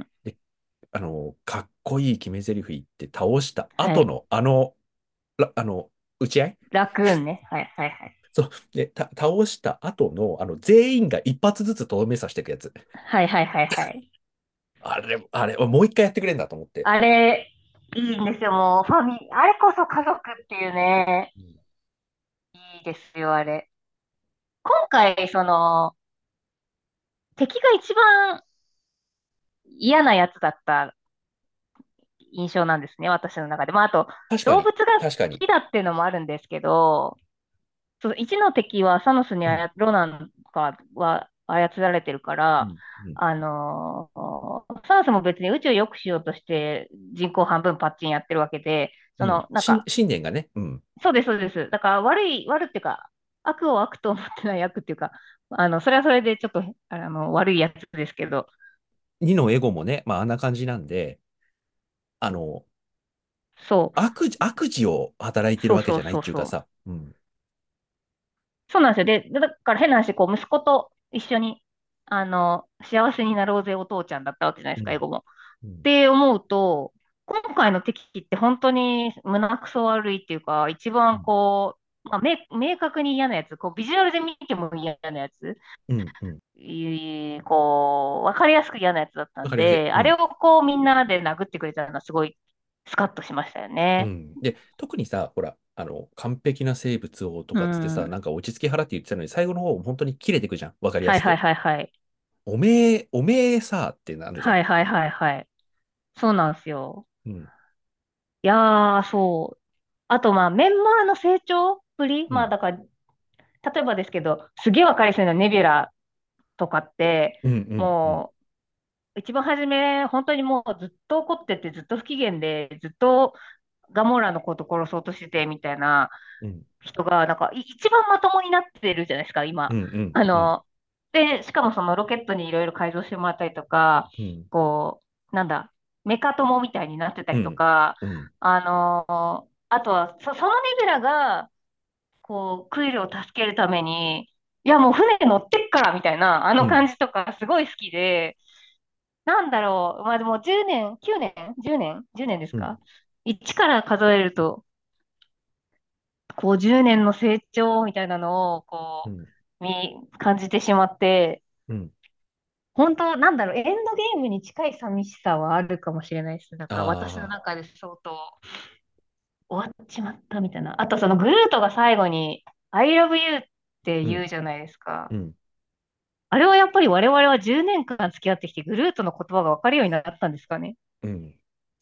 Speaker 1: で、かっこいい決め台詞言って倒した
Speaker 2: はい。
Speaker 1: 後の、打ち合い
Speaker 2: ラクーンね。はいはいはい。
Speaker 1: そう。で、倒した後の、全員が一発ずつとどめさせていくやつ。
Speaker 2: はいはいはいはい。
Speaker 1: あれ、もう一回やってくれんだと思って。
Speaker 2: あれ、いいんですよ。もう、あれこそ家族っていうね。
Speaker 1: うん。
Speaker 2: いいですよ、あれ。今回、敵が一番嫌なやつだった印象なんですね、私の中で。まあ、あと、
Speaker 1: 確かに、
Speaker 2: 動物が好
Speaker 1: 確かに。
Speaker 2: きだっていうのもあるんですけど、一の敵はサノスに
Speaker 1: うん、
Speaker 2: ロナンは操られてるから、
Speaker 1: うん、うん、
Speaker 2: サノスも別に宇宙を良くしようとして人口半分パッチンやってるわけで、
Speaker 1: うん。
Speaker 2: なんか、
Speaker 1: 信念がね、うん。
Speaker 2: そうです、そうです。だから悪っていうか、悪を悪と思ってない悪っていうか、それはそれでちょっと、悪いやつですけど、
Speaker 1: 2のエゴもね、まあ、あんな感じなんで、あの、
Speaker 2: そう、
Speaker 1: 悪事を働いてる
Speaker 2: そうそう
Speaker 1: わけじゃないっ
Speaker 2: そうそう。
Speaker 1: ていうかさ、うん、
Speaker 2: そうなんですよ。だから変な話、こう、息子と一緒に、幸せになろうぜお父ちゃんだったわけじゃないですか、英
Speaker 1: うん、
Speaker 2: 語も。っ
Speaker 1: うん、
Speaker 2: て思うと、今回の敵って本当に胸くそ悪いっていうか、一番
Speaker 1: うん、
Speaker 2: こう、まあ、明確に嫌なやつ、こう、ビジュアルで見ても嫌なやつ、
Speaker 1: うん、うん。
Speaker 2: こう、わかりやすく嫌なやつだった
Speaker 1: わかります。
Speaker 2: んで、
Speaker 1: うん。
Speaker 2: あれをこう、みんなで殴ってくれたのはすごいスカッとしましたよね。
Speaker 1: うん。で、特にさ、ほら、完璧な生物をと
Speaker 2: う
Speaker 1: かつってさ、
Speaker 2: ん。
Speaker 1: なんか落ち着き払って言ってたのに、最後の方、本当に切れてくじゃん。わかりや
Speaker 2: はいはい
Speaker 1: すく。
Speaker 2: はいはい。
Speaker 1: おめえさ、ってなるじゃん。
Speaker 2: はいはいはいはい。そうなんですよ。
Speaker 1: うん、
Speaker 2: いやー、そう。あと、まあ、メンバーの成長ぶり、
Speaker 1: うん、
Speaker 2: まあ、だから、例えばですけど、すげえわかりやすいのはネビュラとかって、
Speaker 1: うん、うん、うん、
Speaker 2: もう、一番初め、本当にもうずっと怒ってて、ずっと不機嫌で、ずっとガモーラのこと殺そうとしてて、みたいな
Speaker 1: うん、
Speaker 2: 人が、なんか、一番まともになってるじゃないですか、今。
Speaker 1: うん、うん、
Speaker 2: あ
Speaker 1: うん、
Speaker 2: の、で、しかもそのロケットにいろいろ改造してもらったりとか、
Speaker 1: うん、
Speaker 2: こう、なんだ、メカ友みたいになってたりと
Speaker 1: うん、
Speaker 2: か、
Speaker 1: うん、
Speaker 2: あとは、そのネビュラが、こう、クイルを助けるために、いや、もう船乗ってっから、みたいな、あの感
Speaker 1: うん、
Speaker 2: じとか、すごい好きで、なんだろう、まあでも10年、9年 ?10 年 ?10 年です
Speaker 1: うん、
Speaker 2: か？ 1 から数えると、こう10年の成長みたいなのを、こ
Speaker 1: うん、
Speaker 2: う、感じてしまって、
Speaker 1: うん。
Speaker 2: 本当、なんだろう、エンドゲームに近い寂しさはあるかもしれないです。だから私の
Speaker 1: あ
Speaker 2: 中で相当終わっちまったみたいな。あとそのグルートが最後に I love you って
Speaker 1: あ、うん、
Speaker 2: 言うじゃないですか。
Speaker 1: うん、
Speaker 2: あれはやっぱり我々は10年間付き合ってきてグルートの言葉が分かるようになったんですかね。
Speaker 1: うん。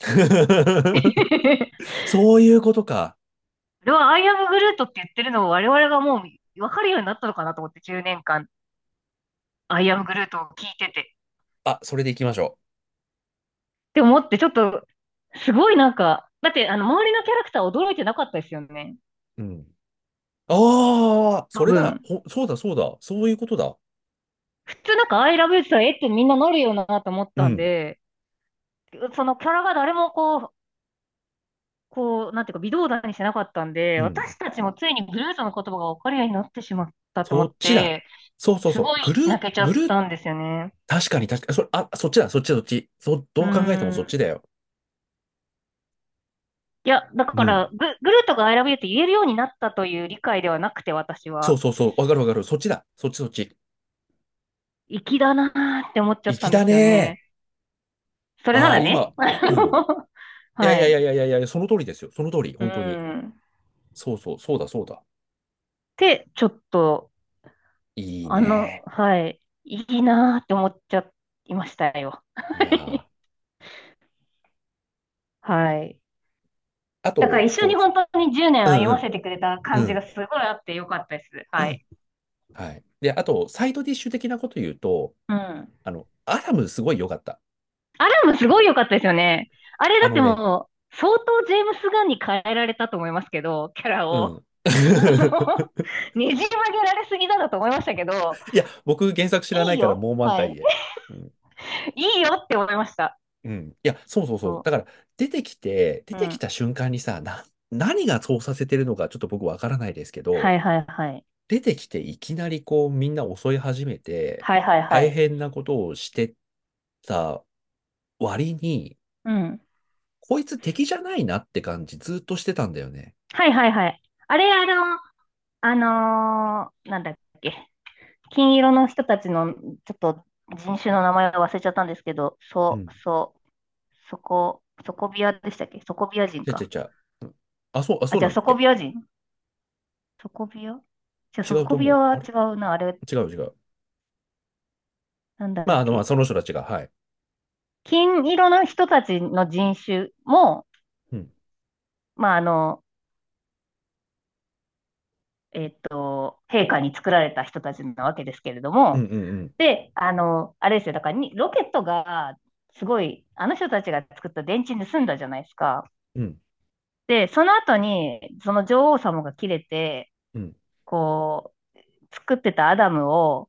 Speaker 1: そういうことか。
Speaker 2: あれは I am グルートって言ってるのを我々がもう分かるようになったのかなと思って10年間 I am グルートを聞いてて。
Speaker 1: あ、それでいきましょ
Speaker 2: って思ってちょっとすごいなんかだって、周りのキャラクター驚いてなかったですよね。
Speaker 1: うん。ああ、それだ。
Speaker 2: 多分。
Speaker 1: そうだ、そうだ。そういうことだ。
Speaker 2: 普通なんか、アイラブユーって言ったら、ってみんななるよなと思ったん
Speaker 1: うん。
Speaker 2: で、そのキャラが誰もなんていうか、微動だにしなかったんで、
Speaker 1: うん。
Speaker 2: 私たちもついにグルートの言葉が分かるようになってしまったと思っ
Speaker 1: そっちだ。
Speaker 2: て、
Speaker 1: そうそうそう。
Speaker 2: すごい泣けちゃったんですよね。
Speaker 1: 確かに確かに。そっちだ、そっちだ、そっち。
Speaker 2: う
Speaker 1: どう考えてもそ
Speaker 2: ーん。
Speaker 1: っちだよ。
Speaker 2: いや、だから、
Speaker 1: うん。
Speaker 2: グルートが I love you って言えるようになったという理解ではなくて、私は、
Speaker 1: そうそうそう。わかるわかる。そっちだ。そっちそっち。
Speaker 2: 粋だなーって思っちゃった
Speaker 1: 粋だ
Speaker 2: んですよ
Speaker 1: ね。
Speaker 2: ね。それな
Speaker 1: ああ、
Speaker 2: らね。
Speaker 1: 今。うん。いやいやいや
Speaker 2: はい。
Speaker 1: いやいやいや、その通りですよ。その通り。
Speaker 2: う
Speaker 1: 本当に。
Speaker 2: ん。っ
Speaker 1: そうそう、そうだそうだ。
Speaker 2: て、ちょっと、
Speaker 1: いいね。
Speaker 2: はい。いいなーって思っちゃいましたよ。
Speaker 1: いや
Speaker 2: はい。
Speaker 1: ー、あと、
Speaker 2: だから一緒に本当に10年
Speaker 1: うんうん、
Speaker 2: 歩ませてくれた感じが
Speaker 1: うん、
Speaker 2: すごいあってよかったです。はい。
Speaker 1: はい。で、あと、サイドディッシュ的なこと言うと、
Speaker 2: うん。
Speaker 1: アラムすごい良かった。
Speaker 2: アラムすごい良かったですよね。あれだって
Speaker 1: あのね、
Speaker 2: もう、相当ジェームス・ガンに変えられたと思いますけど、キャラを。
Speaker 1: うん。
Speaker 2: あの、ねじ曲げられすぎだなと思いましたけど、
Speaker 1: いや、僕原作知らないから
Speaker 2: いいよ。
Speaker 1: もう満
Speaker 2: はい。
Speaker 1: タイで。うん。
Speaker 2: いいよって思いました。
Speaker 1: うん。いや、そうそうそう。
Speaker 2: そ
Speaker 1: だから、出
Speaker 2: う。うん。
Speaker 1: てきた瞬間にさ、何がそうさせてるのかちょっと僕わからないですけど、
Speaker 2: はいはいはい。
Speaker 1: 出てきていきなりこうみんな襲い始めて、
Speaker 2: はいはいは
Speaker 1: 大
Speaker 2: い。
Speaker 1: 変なことをしてた割に、
Speaker 2: うん。
Speaker 1: こいつ敵じゃないなって感じずっとしてたんだよね。
Speaker 2: はいはいはい。あれ、なんだっけ。金色の人たちの、ちょっと人種の名前を忘れちゃったんですけど、
Speaker 1: うん。
Speaker 2: ソコビアでしたっけ？ソコビア人か。
Speaker 1: ちゃちゃちゃ。うん。
Speaker 2: あ、じゃあソ
Speaker 1: そうなの。
Speaker 2: コビア人。ソコビアじゃあソ
Speaker 1: 違うと思う。
Speaker 2: コビアは
Speaker 1: あれ
Speaker 2: 違うな。あれ、
Speaker 1: 違う違う。
Speaker 2: なんだっ
Speaker 1: まあ、
Speaker 2: け。
Speaker 1: その人たちが、はい。
Speaker 2: 金色の人たちの人種も、
Speaker 1: うん。
Speaker 2: まあ、陛下に作られた人たちなわけですけれども、
Speaker 1: うんうんうん。
Speaker 2: で、あれですよ、だからロケットが、すごい、あの人たちが作った電池盗んだじゃないですか。
Speaker 1: うん。
Speaker 2: で、その後に、その女王様が切れて、
Speaker 1: うん。
Speaker 2: こ作ってたアダムを、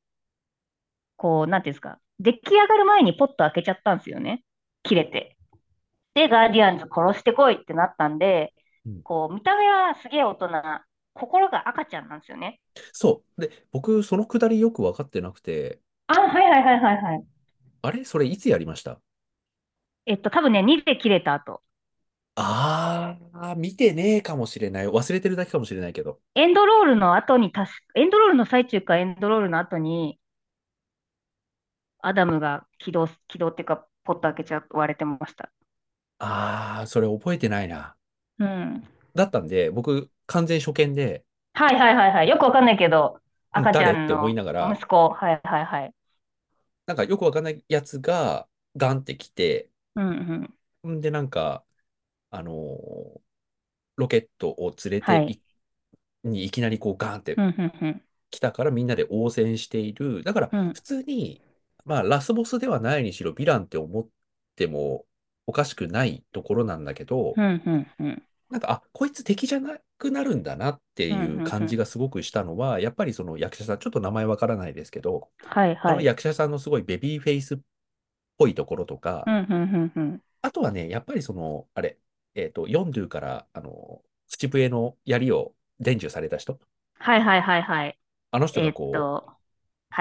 Speaker 2: なんていうんですか、出来上がる前にポッと開けちゃったんですよね。切れて。で、ガーディアンズ殺してこいってなったんで、
Speaker 1: うん。
Speaker 2: 見た目はすげえ大人、心が赤ちゃんなんですよね。
Speaker 1: そう。で、僕、そのくだりよく分かってなくて、
Speaker 2: あ、はいはいはいはいはい。
Speaker 1: あれそれいつやりました？
Speaker 2: 多分ね、2で切れた後。
Speaker 1: ああー、見てねえかもしれない。忘れてるだけかもしれないけど。
Speaker 2: エンドロールの後にエンドロールの最中かエンドロールの後に、アダムが起動っていうか、ポッと開けちゃわれてました。
Speaker 1: ああ、それ覚えてないな。
Speaker 2: うん。
Speaker 1: だったんで、僕、完全初見で、
Speaker 2: はいはいはいはい。よくわかんないけど、赤ちゃ
Speaker 1: 誰って思い
Speaker 2: んの
Speaker 1: ながら、
Speaker 2: 息子。はいはいはい。
Speaker 1: なんかよくわかんないやつが、ガンって来て、
Speaker 2: うんうん。
Speaker 1: んで、なんか、あのーロケットを連れ
Speaker 2: はい。
Speaker 1: てにいきなりこうガーンって
Speaker 2: うんうんうん。
Speaker 1: 来たからみんなで応戦している。だから
Speaker 2: うん
Speaker 1: 普通に、まあラスボスではないにしろヴィランって思ってもおかしくないところなんだけど、
Speaker 2: うんうんうん。
Speaker 1: なんか、こいつ敵じゃなくなるんだなって
Speaker 2: うんう
Speaker 1: いう感じ
Speaker 2: んうん。
Speaker 1: がすごくしたのは、やっぱりその役者さん、ちょっと名前わからないですけど、
Speaker 2: はいはい。
Speaker 1: あの役者さんのすごいベビーフェイスっぽいところとか、
Speaker 2: うんうんうんうん。
Speaker 1: あとはね、やっぱりその、あれ、ヨンドゥから、口笛の槍を伝授された人、
Speaker 2: はいはいはいはい。
Speaker 1: あの人
Speaker 2: え
Speaker 1: が
Speaker 2: ーっと、はい。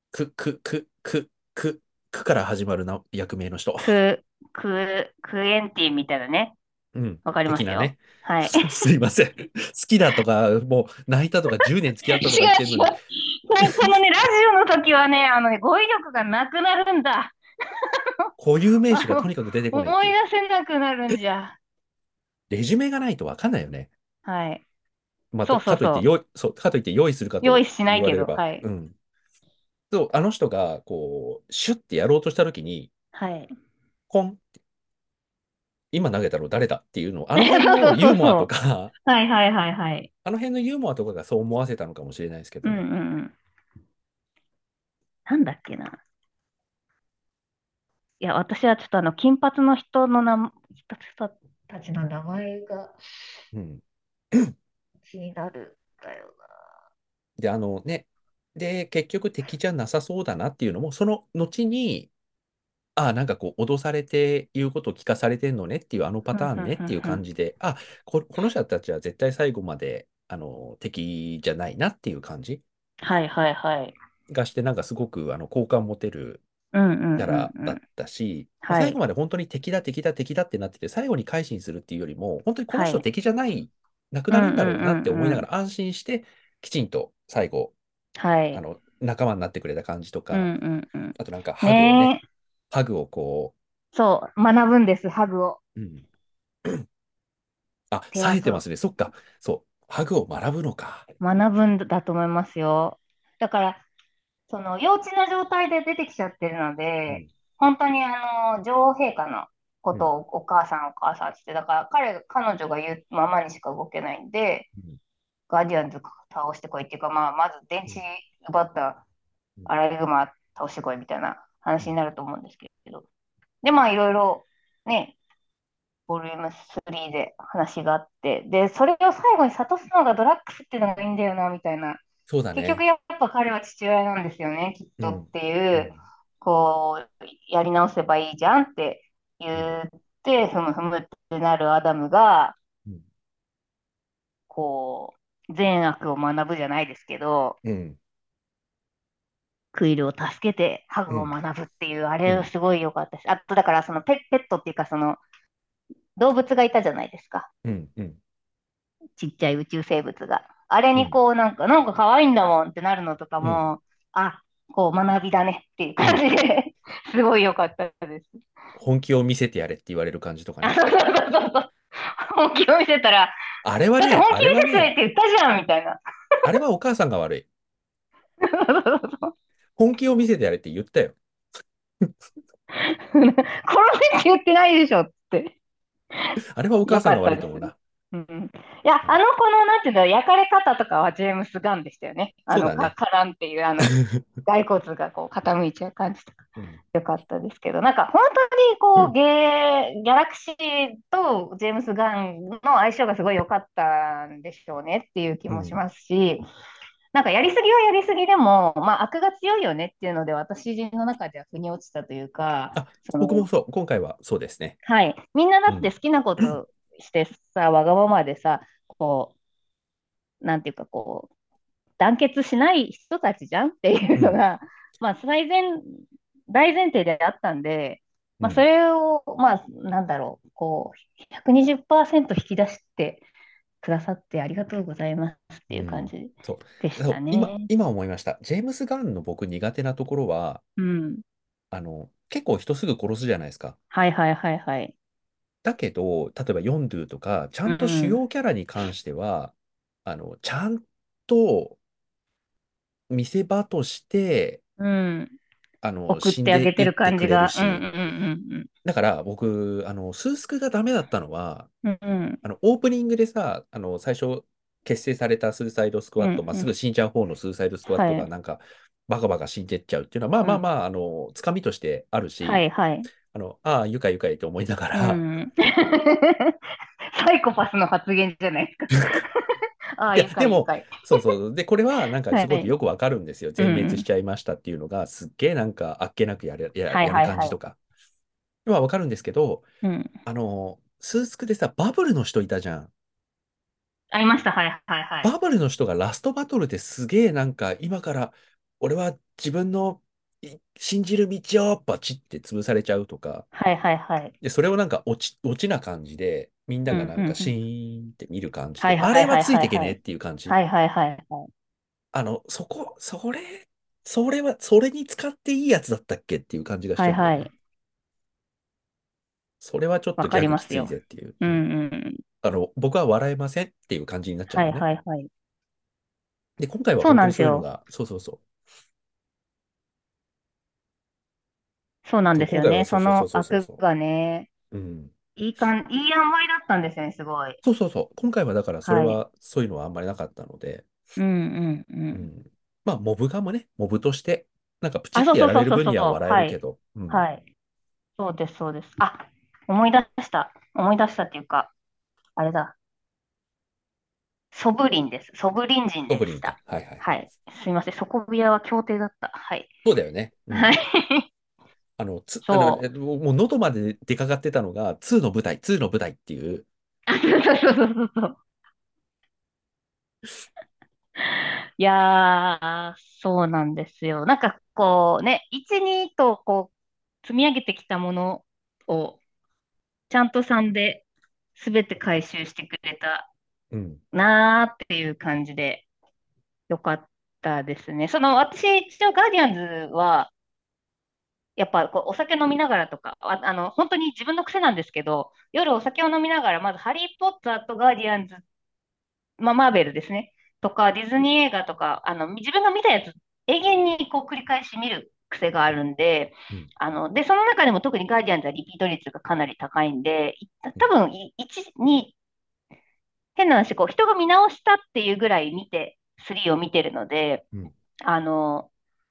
Speaker 1: くから始まる役名の人。
Speaker 2: ク、クエンティンみたいなね。
Speaker 1: うん。
Speaker 2: わかりますよ。
Speaker 1: 的なね。
Speaker 2: はい。
Speaker 1: すいません。好きだとか、もう泣いたとか、10年付き合っ
Speaker 2: 違う
Speaker 1: たとか言ってるのに、
Speaker 2: 違う。このね、ラジオの時はね、語彙力がなくなるんだ。
Speaker 1: 固有名詞がと
Speaker 2: あの、
Speaker 1: にかく出てこないっていう。
Speaker 2: 思い出せなくなるんじゃ。
Speaker 1: レジュメがないとわかんないよね。
Speaker 2: はい。
Speaker 1: また、
Speaker 2: そうそうそう。
Speaker 1: かといって用意するかと
Speaker 2: 用意しないけど、
Speaker 1: 言われれば、
Speaker 2: はい。
Speaker 1: うん。そう、あの人が、こう、シュッてやろうとしたときに、
Speaker 2: はい。
Speaker 1: コン、今投げたの誰だっていうのを、あの辺
Speaker 2: そうそう
Speaker 1: のユーモアと
Speaker 2: そうそ
Speaker 1: か、
Speaker 2: う。はいはいはいはい。
Speaker 1: あの辺のユーモアとかがそう思わせたのかもしれないですけ
Speaker 2: うんう
Speaker 1: どね。
Speaker 2: んうん。なんだっけな。いや、私はちょっと金髪の人の名前、 たちの名前が
Speaker 1: うん。
Speaker 2: 気になるんだよ
Speaker 1: で、で、結局敵じゃなさそうだなっていうのも、その後に、ああ、なんかこう、脅されて言うことを聞かされてんのねっていう、あのパ
Speaker 2: な。うん、うん、
Speaker 1: ターンねっていう
Speaker 2: うん、うん。
Speaker 1: 感じで、この人たちは絶対最後まで、敵じゃないなっていう感じ
Speaker 2: はい、はい、はい。
Speaker 1: がして、なんかすごく、好感持てる
Speaker 2: うん、うん、
Speaker 1: キャ
Speaker 2: うん、うん。
Speaker 1: ラだったし、まあ、
Speaker 2: はい、
Speaker 1: 最後まで本当に敵だ、敵だ、敵だってなってて、最後に改心するっていうよりも、本当にこの
Speaker 2: はい。
Speaker 1: 人敵じゃない、なく
Speaker 2: うん、
Speaker 1: なるん
Speaker 2: うん、
Speaker 1: だろうなって
Speaker 2: うん、うん。
Speaker 1: 思いながら安心して、きちんと最後、
Speaker 2: はい。
Speaker 1: 仲間になってくれた感じと
Speaker 2: うん、
Speaker 1: か、
Speaker 2: うん、うん。
Speaker 1: あとなんかハグをね、
Speaker 2: ねえ。
Speaker 1: ハグをこ
Speaker 2: そう、学ぶんです、ハグを。
Speaker 1: う、うん。あ、
Speaker 2: 手はそう、
Speaker 1: 冴えてますね。そっか。そう。ハグを学ぶのか。
Speaker 2: 学ぶんだと思いますよ。だから、その幼稚な状態で出てきちゃってるので、
Speaker 1: うん。
Speaker 2: 本当に女王陛下のこ
Speaker 1: うん。
Speaker 2: とをお母さんお母さんって言って、だから彼女が言うままにしか動けないんで、
Speaker 1: うん。
Speaker 2: ガーディアンズ倒してこいっていうか、まあ、まず電池
Speaker 1: うん。
Speaker 2: 奪った
Speaker 1: うん。
Speaker 2: アライグマ倒してこいみたいな
Speaker 1: うん。
Speaker 2: 話になると思うんですけど。で、まあ、いろいろね、ボリューム3で話があって、で、それを最後に諭すのがドラッグスっていうのがいいんだよな、みたいな。
Speaker 1: そうだね。
Speaker 2: 結局やっぱ彼は父親なんですよね、きっとっ
Speaker 1: うん。
Speaker 2: ていう、
Speaker 1: うん。
Speaker 2: こう、やり直せばいいじゃんって
Speaker 1: うん。
Speaker 2: 言って、ふむふむってなるアダムが、
Speaker 1: うん。
Speaker 2: こ善悪を学ぶじゃないですけど、
Speaker 1: うん。
Speaker 2: クイルを助けてハグを
Speaker 1: うん。
Speaker 2: 学ぶっていう、あ
Speaker 1: うん。
Speaker 2: れすごい良かったし、あとだからそのペットっていうかその動物がいたじゃないですか。
Speaker 1: うん。うん。
Speaker 2: ちっちゃい宇宙生物が。あれ
Speaker 1: うん。
Speaker 2: にこうなんか可愛いんだもんってなるのとか
Speaker 1: うん。
Speaker 2: も、あ、こう学びだねっていう感
Speaker 1: うん。
Speaker 2: じですごい良かったです。
Speaker 1: 本気を見せてやれって言われる感じとか
Speaker 2: あ、
Speaker 1: ね。
Speaker 2: そうそうそうそう。本気を見せたら、だって
Speaker 1: あれはね、あ
Speaker 2: 本気見
Speaker 1: れはね、
Speaker 2: せてって言ったじゃんみたいな。
Speaker 1: あれはお母さんが悪い。
Speaker 2: そうそうそう
Speaker 1: 本気を見せてやれって言ったよ。
Speaker 2: 殺せって言ってないでしょって。
Speaker 1: あれはお母
Speaker 2: よ
Speaker 1: さんが
Speaker 2: かったです。
Speaker 1: 悪いと思うな。
Speaker 2: うん、いや、
Speaker 1: うん。
Speaker 2: 子の、なんていうんだろう、焼かれ方とかはジェームス・ガンでしたよね。
Speaker 1: そうだね。
Speaker 2: カランっていう、骸骨がこう傾いちゃう感じとか、
Speaker 1: うん。
Speaker 2: よかったですけど、なんか本当にこう、ギャラクシーとジェームス・ガンの相性がすごい良かったんでしょうねっていう気
Speaker 1: うん。
Speaker 2: もしますし、なんかやりすぎはやりすぎでも、まあ悪が強いよねっていうので、私の中では腑に落ちたというか、
Speaker 1: あ、
Speaker 2: その、
Speaker 1: 僕もそう。今回はそうですね。
Speaker 2: はい。みんなだ
Speaker 1: うん。
Speaker 2: って好きなことしてさ、わがままでさ、こなんていうかこう、団結しない人たちじゃんっていう
Speaker 1: うん。
Speaker 2: のが、まあ、大前提であったんで、まあ、そ
Speaker 1: うん。
Speaker 2: れを、まあ、なんだろう、こう、120%引き出してくださってありがとうございますっていう感
Speaker 1: うん。
Speaker 2: じ
Speaker 1: そ
Speaker 2: でし
Speaker 1: そう。
Speaker 2: たね。
Speaker 1: 今思いました。ジェームス・ガンの僕苦手なところは、
Speaker 2: うん。
Speaker 1: 結構人すぐ殺すじゃないですか。
Speaker 2: はいはいはいはい。
Speaker 1: だけど、例えばヨンドゥとか、ちゃ
Speaker 2: う
Speaker 1: んと主
Speaker 2: ん。
Speaker 1: 要キャラに関しては、ちゃんと見せ場として、
Speaker 2: うん。送っ
Speaker 1: 死んで
Speaker 2: てあげてる
Speaker 1: いってくれる
Speaker 2: 感じが。うんうん
Speaker 1: し、
Speaker 2: うん
Speaker 1: だから僕、スースクがダメだったのは、
Speaker 2: うんうん。うん
Speaker 1: オープニングでさ、最初、結成されたスーサイドスクワット、まあ、
Speaker 2: うんうん。
Speaker 1: すぐ死んじゃう方のスーサイドスクワットが、
Speaker 2: はい。
Speaker 1: なんか、バカバカ死んでっちゃうっていうのは、まあ
Speaker 2: うん。
Speaker 1: まあまあ、つかみとしてあるし、
Speaker 2: はいはい。
Speaker 1: ああ、愉快愉快って思いなが
Speaker 2: う
Speaker 1: ら、
Speaker 2: ん。サイコパスの発言じゃないですか。ああ、
Speaker 1: いや、
Speaker 2: 愉
Speaker 1: でも、
Speaker 2: 快愉快。
Speaker 1: そうそう。で、これはなんかすごく
Speaker 2: はい。
Speaker 1: よくわかるんですよ。
Speaker 2: うんう
Speaker 1: 全滅し
Speaker 2: ん。
Speaker 1: ちゃいましたっていうのが、すっげえなんかあっけなく
Speaker 2: はい
Speaker 1: やる
Speaker 2: はいはい。
Speaker 1: 感じとか。まあわかるんですけど、
Speaker 2: うん。
Speaker 1: スースクでさ、バブルの人いたじゃん。
Speaker 2: ありました。はいはいはい。
Speaker 1: バブルの人がラストバトルですげえなんか、今から俺は自分の信じる道をバチって潰されちゃうとか、
Speaker 2: はいはいはい。
Speaker 1: で、それをなんか落ちな感じで、みんな
Speaker 2: うん
Speaker 1: がなんかシ
Speaker 2: うんうん。
Speaker 1: ーンって見る感じ
Speaker 2: はい
Speaker 1: とか、あれは
Speaker 2: はいはい
Speaker 1: ついてけねえっ
Speaker 2: はいはい。
Speaker 1: ていう感じ。
Speaker 2: はいはいはいはい。
Speaker 1: それに使っていいやつだったっけっていう感じがしちゃうんだよね。
Speaker 2: はいはい。
Speaker 1: それはちょっと
Speaker 2: わか
Speaker 1: ギャグきつい
Speaker 2: りますよ。
Speaker 1: ぜっていう。
Speaker 2: うん
Speaker 1: うん。
Speaker 2: うんうん。
Speaker 1: 僕は笑えませんっていう感じになっちゃうん
Speaker 2: はい
Speaker 1: だよね。
Speaker 2: はいはい。
Speaker 1: で、今回は
Speaker 2: そう
Speaker 1: 本当に
Speaker 2: なんですよ。
Speaker 1: そういうのが、そうそうそう。
Speaker 2: そうなん
Speaker 1: そう、今回は
Speaker 2: ですよね。そ
Speaker 1: そうそうそう
Speaker 2: の悪
Speaker 1: そうそうそ
Speaker 2: がね、
Speaker 1: う。うん。
Speaker 2: いい塩梅だったんですよね、すごい。
Speaker 1: そうそうそう。今回はだからそれ
Speaker 2: はい。
Speaker 1: は、そういうのはあんまりなかったので、
Speaker 2: うんうんうん。
Speaker 1: うん。まあ、モブガもね、モブとして、なんかプチっ
Speaker 2: あ、そうそう
Speaker 1: てやられ
Speaker 2: そうそうそう。
Speaker 1: る分には笑え
Speaker 2: はい。
Speaker 1: るけど、うん。
Speaker 2: はい。そうです、そうです。あ、思い出した。 思い出したっていうか、あれだ。ソブリンです。ソブリン人
Speaker 1: ゴブリンか。
Speaker 2: でした。
Speaker 1: はいはいはい。
Speaker 2: はい。すいません。底部屋は協定だった。はい。
Speaker 1: そうだよね。うん。
Speaker 2: はい。そう。
Speaker 1: もう喉まで出かかってたのが、2の舞台、2の舞台っていう。
Speaker 2: あ、そうそうそうそうそう。いやー、そうなんですよ。なんかこうね、1、2とこう、積み上げてきたものを、ちゃんと3で全て回収してくれた
Speaker 1: うん。
Speaker 2: なーっていう感じで、よかったですね。私、一応ガーディアンズは、やっぱこうお酒飲みながらとか、本当に自分の癖なんですけど、夜お酒を飲みながら、まずハリー・ポッターとガーディアンズ、まあ、マーベルですね、とか、ディズニー映画とか、自分が見たやつ、永遠にこう繰り返し見る癖があるんで、
Speaker 1: うん。
Speaker 2: で、その中でも特にガーディアンズはリピート率がかなり高いんで、
Speaker 1: うん。
Speaker 2: 多分1、2、変な話、こう、人が見直したっていうぐらい見て、3を見てるので、
Speaker 1: うん。
Speaker 2: あの、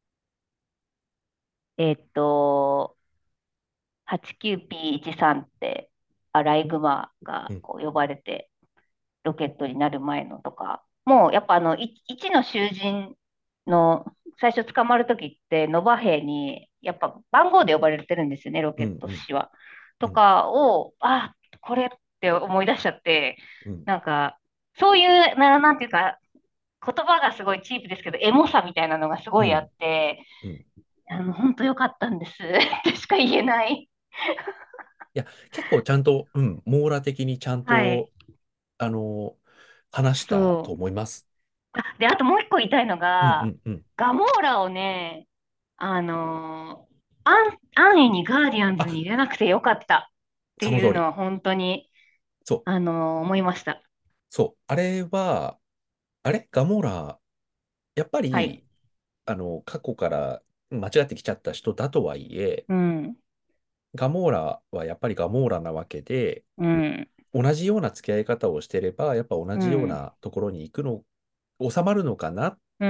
Speaker 2: えっと、89P13 ってアライグマが
Speaker 1: うん。
Speaker 2: こう呼ばれてロケットになる前のとか、もうやっぱ1の囚人の最初捕まるときってノバ兵にやっぱ番号で呼ばれてるんですよね、ロケッ
Speaker 1: うん。うん。
Speaker 2: ト氏は。と
Speaker 1: うん。
Speaker 2: かを、あ、これって思い出しちゃって、
Speaker 1: うん。
Speaker 2: なんか、そういう、なんていうか、言葉がすごいチープですけど、エモさみたいなのがすごいあっ
Speaker 1: うん。
Speaker 2: て、
Speaker 1: うん。
Speaker 2: 本当良かったんです。としか言えない。
Speaker 1: いや、結構ちゃんと、うん、網羅的にちゃん
Speaker 2: はい。
Speaker 1: と、あの、話したと
Speaker 2: そう。
Speaker 1: 思います。
Speaker 2: で、あともう一個言いたいの
Speaker 1: うん。う
Speaker 2: が、
Speaker 1: ん。うん。
Speaker 2: ガモーラをね、安易にガーディアンズに
Speaker 1: あ、
Speaker 2: 入れなくてよかったって
Speaker 1: その通り。
Speaker 2: いうのは本当に、
Speaker 1: そう。
Speaker 2: 思いました。
Speaker 1: そう。あれは、あれガモーラ、やっぱ
Speaker 2: はい。
Speaker 1: り、過去から間違ってきちゃった人だとはいえ、
Speaker 2: うん。
Speaker 1: ガモーラはやっぱりガモーラなわけで、
Speaker 2: うん。
Speaker 1: 同じような付き合い方をしてれば、やっぱ同じよう
Speaker 2: うん。
Speaker 1: なところに行くの、収まるのかなっ
Speaker 2: うん。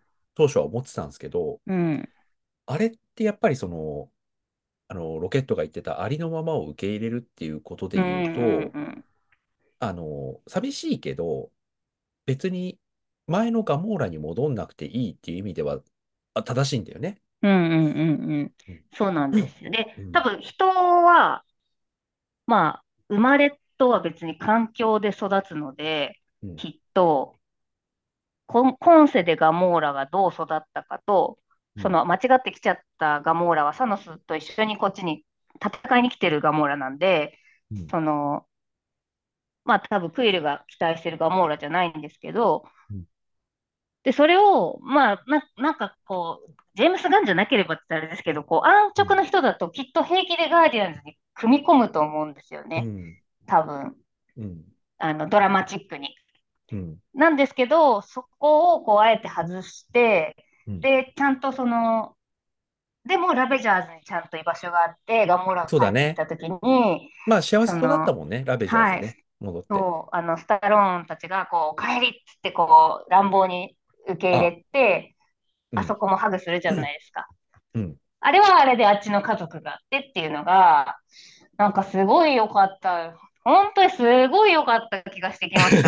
Speaker 1: て、当初は思ってたんですけど、
Speaker 2: うん。
Speaker 1: あれってやっぱりロケットが言ってたありのままを受け入れるっていうこと
Speaker 2: うん。
Speaker 1: で言うと、
Speaker 2: うん。
Speaker 1: 寂しいけど、別に前のガモーラに戻んなくていいっていう意味では、正しいんだよね。
Speaker 2: うん。うん。うん。
Speaker 1: うん。
Speaker 2: そうなんですよ。で、
Speaker 1: うん。
Speaker 2: 多分人は、まあ、生まれとは別に環境で育つので、
Speaker 1: うん。
Speaker 2: きっと、今世でガモーラがどう育ったかと、
Speaker 1: うん。
Speaker 2: その間違ってきちゃったガモーラはサノスと一緒にこっちに戦いに来てるガモーラなんで、
Speaker 1: うん。
Speaker 2: その、まあ多分クイルが期待してるガモーラじゃないんですけど、
Speaker 1: うん。
Speaker 2: で、それを、まあ、なんかこう、ジェームス・ガンじゃなければって言ったらあれですけど、こう、安
Speaker 1: うん。
Speaker 2: 直な人だときっと平気でガーディアンズに組み込むと思うんですよね。
Speaker 1: うん。
Speaker 2: 多分、
Speaker 1: うん。
Speaker 2: ドラマチックに。
Speaker 1: うん。
Speaker 2: なんですけど、そこをこう、あえて外して、
Speaker 1: うん。
Speaker 2: で、ちゃんとでもラベジャーズにちゃんと居場所があって、ガモーラが帰ってき
Speaker 1: そうだね。
Speaker 2: たときに、
Speaker 1: まあ、幸せとなった
Speaker 2: その、
Speaker 1: もんね、ラベジャーズ
Speaker 2: はい、
Speaker 1: ね。戻って。
Speaker 2: そう、スタローンたちが、こう、帰りっつって、こう、乱暴に受け入
Speaker 1: あ、
Speaker 2: れて、
Speaker 1: うん。
Speaker 2: あそこもハグするじゃないですか。
Speaker 1: うん。
Speaker 2: あれはあれであっちの家族があってっていうのが、なんかすごい良かった。本当にすごい良かった気がしてきました。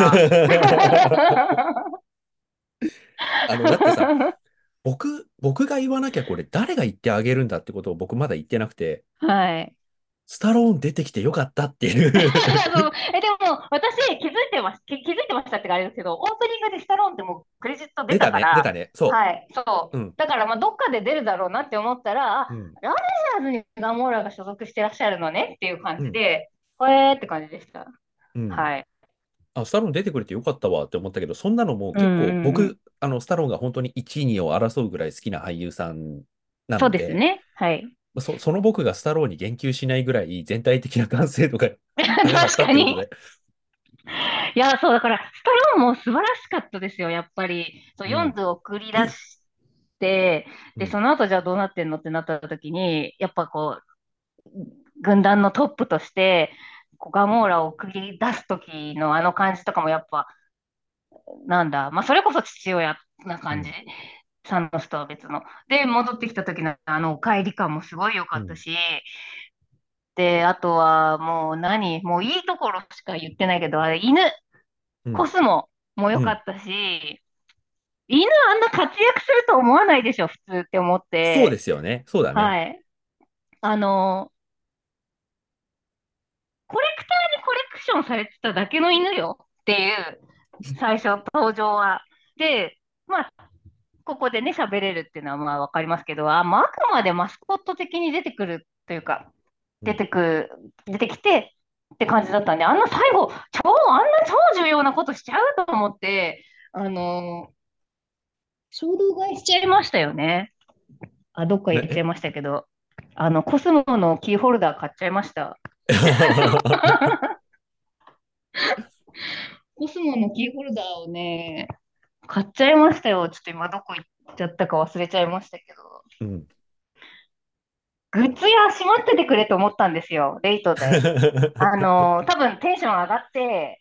Speaker 1: だってさ、僕が言わなきゃこれ誰が言ってあげるんだってことを僕まだ言ってなくて、
Speaker 2: はい。
Speaker 1: スタローン出てきてよかったってい
Speaker 2: そう、
Speaker 1: う。
Speaker 2: でも、私気づいてましたってかあれですけど、オープニングでスタローンってもうクレジット出
Speaker 1: 出たね、出
Speaker 2: たから、
Speaker 1: たね。そ
Speaker 2: はい、そ
Speaker 1: う。う
Speaker 2: う。
Speaker 1: ん。
Speaker 2: だからまあどっかで出るだろうなって思ったら、
Speaker 1: うん。
Speaker 2: ラベジャーズにガモーラが所属してらっしゃるのねっていう感
Speaker 1: うん。
Speaker 2: じで、へーって感じでした。
Speaker 1: うん。
Speaker 2: はい。
Speaker 1: あ、スタローン出てくれてよかったわって思ったけど、そんなのも
Speaker 2: うん
Speaker 1: 結構
Speaker 2: うんうん。
Speaker 1: 僕、スタローンが本当に1位、2位を争うぐらい好きな俳優さんな
Speaker 2: そう
Speaker 1: ので、
Speaker 2: ですね。はい。
Speaker 1: その僕がスタローンに言及しないぐらい全体的な完成度が高かっ
Speaker 2: 確かに。
Speaker 1: たってことで。
Speaker 2: いや、そう、だから、スタローンも素晴らしかったですよ、やっぱり。そう、
Speaker 1: うん。
Speaker 2: 4図を送り出して、で、
Speaker 1: うん。
Speaker 2: その後じゃあどうなってんのってなった時に、やっぱこう、軍団のトップとして、こうガモーラを送り出す時のあの感じとかもやっぱ、なんだ、まあ、それこそ父親な感じ。
Speaker 1: うん。
Speaker 2: サノスとは別の。で、戻ってきた時のあの帰り感もすごい良か
Speaker 1: うん。
Speaker 2: ったし、 で、あとはもうもういいところしか言ってないけど、あれ犬、
Speaker 1: うん。
Speaker 2: コスモも良
Speaker 1: うん。
Speaker 2: かったし、犬あんな活躍すると思わないでしょ、普通って思っ
Speaker 1: そうで
Speaker 2: て。
Speaker 1: すよね。そうだね。
Speaker 2: はい。あの、コレクターにコレクションされてただけの犬よっていう、最初登場は。で、まあ、ここでね、喋れるっていうのはまあわかりますけど、まあ、あくまでマスコット的に出てくるというか、
Speaker 1: うん。
Speaker 2: 出てきてって感じだったんで、あんな最後、あんな超重要なことしちゃうと思って、あの衝動買いしちゃいましたよね。どっか入れちゃい
Speaker 1: え
Speaker 2: ましたけど、コスモのキーホルダー買っちゃいました。コスモのキーホルダーをね、買っちゃいましたよ。ちょっと今どこ行っちゃったか忘れちゃいましたけど。
Speaker 1: うん。
Speaker 2: グッズ屋閉まっててくれと思ったんですよ、レイトで。多分テンション上がって、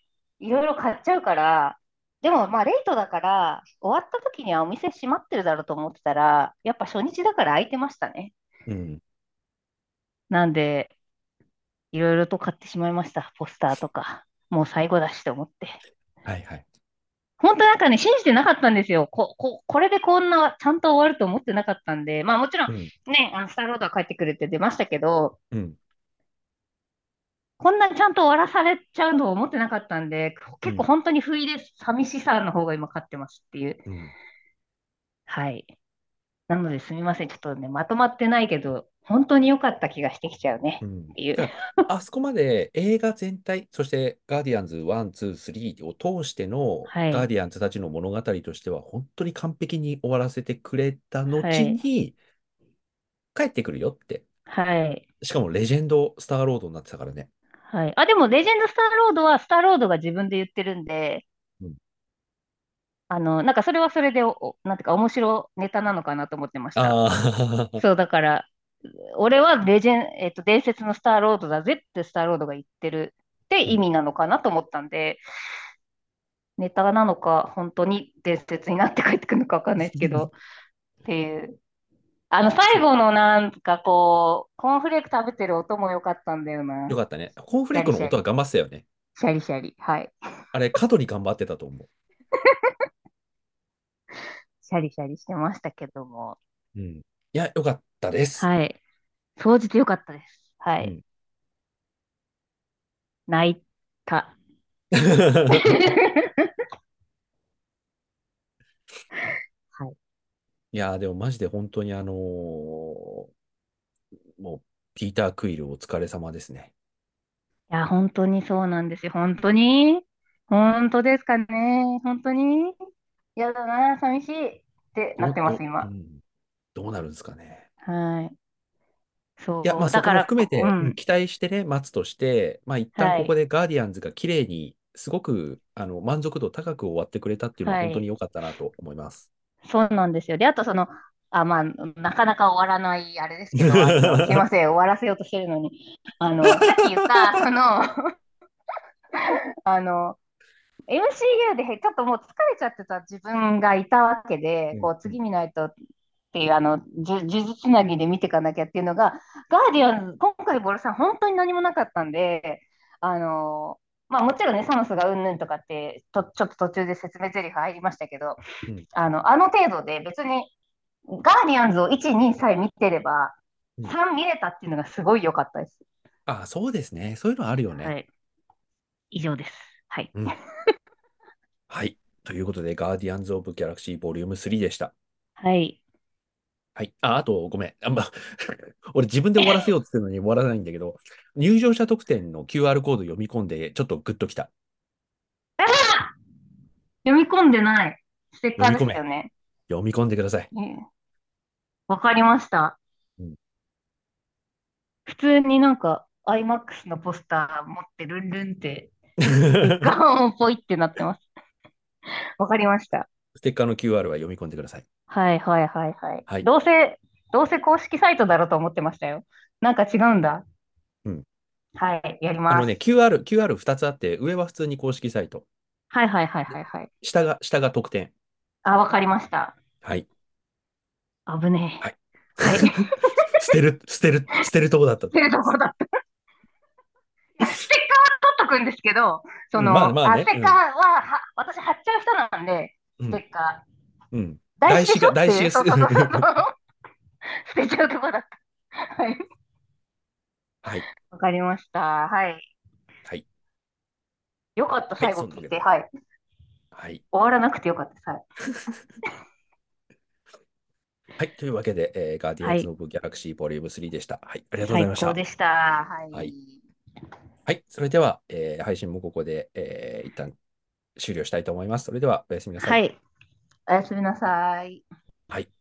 Speaker 2: いろいろ買っちゃうから、でもまあレイトだから、終わった時にはお店閉まってるだろうと思ってたら、やっぱ初日だから開いてましたね。
Speaker 1: うん。
Speaker 2: なんで、いろいろと買ってしまいました、ポスターとか。もう最後だしと思って。
Speaker 1: はいはい。
Speaker 2: 本当なんかね、信じてなかったんですよ。これでこんなちゃんと終わると思ってなかったんで、まあもちろん
Speaker 1: うん。
Speaker 2: ね、スターロードは帰ってくるって出ましたけど、
Speaker 1: うん。
Speaker 2: こんなにちゃんと終わらされちゃうと思ってなかったんで、
Speaker 1: うん。
Speaker 2: 結構本当に不意で寂しさの方が今勝ってますっていう。
Speaker 1: うん。
Speaker 2: はい。なのですみません。ちょっとね、まとまってないけど、本当に良かった気がしてきちゃうね
Speaker 1: うん。
Speaker 2: っていう。
Speaker 1: だからあそこまで映画全体、そしてガーディアンズ1、2、3を通しての
Speaker 2: はい。
Speaker 1: ガーディアンズたちの物語としては、本当に完璧に終わらせてくれた後
Speaker 2: はい。
Speaker 1: に帰ってくるよって。
Speaker 2: はい。
Speaker 1: しかもレジェンドスターロードになってたからね。
Speaker 2: はい。でも、レジェンドスターロードは、スターロードが自分で言ってるんで、
Speaker 1: うん。
Speaker 2: なんかそれはそれでなんていうか、面白ネタなのかなと思ってました。
Speaker 1: ああ、
Speaker 2: そう、だから、俺は伝説のスターロードだぜってスターロードが言ってるって
Speaker 1: うん。
Speaker 2: 意味なのかなと思ったんで、ネタなのか、本当に伝説になって帰ってくるのかわかんないですけど、っていう。最
Speaker 1: そう。
Speaker 2: 後のなんかこう、コーンフレーク食べてる音も良かったんだよな。
Speaker 1: よかったね。コーンフ
Speaker 2: シ
Speaker 1: レー
Speaker 2: ャリシャリ。
Speaker 1: クの音は頑張ってたよね。
Speaker 2: シャリシャリ。はい。
Speaker 1: あれ、過度に頑張ってたと思
Speaker 2: シャリシャリしてましたけども。
Speaker 1: う。うん。いや、よかったです。
Speaker 2: はい。総じて良かったです。はい。
Speaker 1: うん。
Speaker 2: 泣いた。はい。
Speaker 1: いやー、でもマジで本当にもう、ピーター・クイルお疲れ様ですね。
Speaker 2: いや、本当にそうなんですよ。本当に本当ですかね。本当にやだな、寂しいってなってます、今。
Speaker 1: うん、どうなるんですかね。
Speaker 2: はい。
Speaker 1: いや、まあ
Speaker 2: そう。
Speaker 1: そこも
Speaker 2: だから、
Speaker 1: 含めて、うん、
Speaker 2: うん。
Speaker 1: 期待してね、待つとして、まあ一旦
Speaker 2: はい。
Speaker 1: ここでガーディアンズが綺麗に、すごく満足度高く終わってくれたっていうのは
Speaker 2: はい。
Speaker 1: 本当に良かったなと思います。
Speaker 2: そうなんですよ。で、あとまあ、なかなか終わらない、あれですけど、すいません、終わらせようとしてるのに、さっき言った、あの、MCU でちょっともう疲れちゃってた自分がいたわけで、
Speaker 1: うんうん
Speaker 2: こう次見ないとっていう、呪術つなぎで見ていかなきゃっていうのが、ガーディアンズ、今回ボルさん本当に何もなかったんで、あの、まあもちろんね、サノスがうんぬんとかってちょっと途中で説明台詞入りましたけど、
Speaker 1: うん
Speaker 2: あの程度で別にガーディアンズを1、2さえ見てれば、
Speaker 1: うん。
Speaker 2: 3見れたっていうのがすごい良かったです。
Speaker 1: あ、そうですね。そういうのあるよね。
Speaker 2: はい。以上です。はい。
Speaker 1: うん。はい。ということで、ガーディアンズ・オブ・ギャラクシーボリューム3でした。
Speaker 2: はい。
Speaker 1: はい。あと、ごめん。俺自分で終わらせようって言ってるのに終わらないんだけど、入場者特典の QR コード読み込んで、ちょっとグッときた。
Speaker 2: 読み込んでない。ステッカーで
Speaker 1: 読み込め。
Speaker 2: すよね。
Speaker 1: 読み込んでください。
Speaker 2: わかりました。
Speaker 1: うん。
Speaker 2: 普通になんか IMAX のポスター持ってルンルンってガーンポイってなってます。わかりました。
Speaker 1: ステッカーの QR は読み込んでください。
Speaker 2: はいはいはいはい。
Speaker 1: はい。
Speaker 2: どうせ公式サイトだろうと思ってましたよ。なんか違うんだ。
Speaker 1: うん。
Speaker 2: はい、やります。
Speaker 1: QR2 つあって、上は普通に公式サイト。
Speaker 2: はいはいはい
Speaker 1: で
Speaker 2: はいはい。
Speaker 1: 下が特典。
Speaker 2: わかりました。
Speaker 1: はい。
Speaker 2: 危ねえ。
Speaker 1: はい。
Speaker 2: はい。
Speaker 1: 捨てるとこだったと
Speaker 2: っていう
Speaker 1: 思います。
Speaker 2: とこだった。 くんですけど、
Speaker 1: まあまあね。
Speaker 2: ステッカーは、私貼っちゃう人なんで、ステ
Speaker 1: うん。
Speaker 2: ッカー。
Speaker 1: うん。
Speaker 2: 大事でしょっていう、
Speaker 1: 台紙
Speaker 2: そうそうそうそう。捨てちゃうとこだった。はい。
Speaker 1: はい。
Speaker 2: わかりました。はい。
Speaker 1: はい。
Speaker 2: よかった、
Speaker 1: はい。
Speaker 2: 最後聞いて。
Speaker 1: そんなわけで。
Speaker 2: はい。
Speaker 1: はい。
Speaker 2: 終わらなくてよかった。はい。
Speaker 1: はい。というわけで、ガーディアンズ・
Speaker 2: はい。
Speaker 1: オブ・ギャラクシーボリューム3でした。はい。ありがとうござい
Speaker 2: 最
Speaker 1: ました。
Speaker 2: 高でした。は
Speaker 1: はい。
Speaker 2: い。
Speaker 1: はい。それでは、配信もここで、一旦終了したいと思います。それでは、おやすみなさい。
Speaker 2: はい。おやすみなさい。
Speaker 1: はい。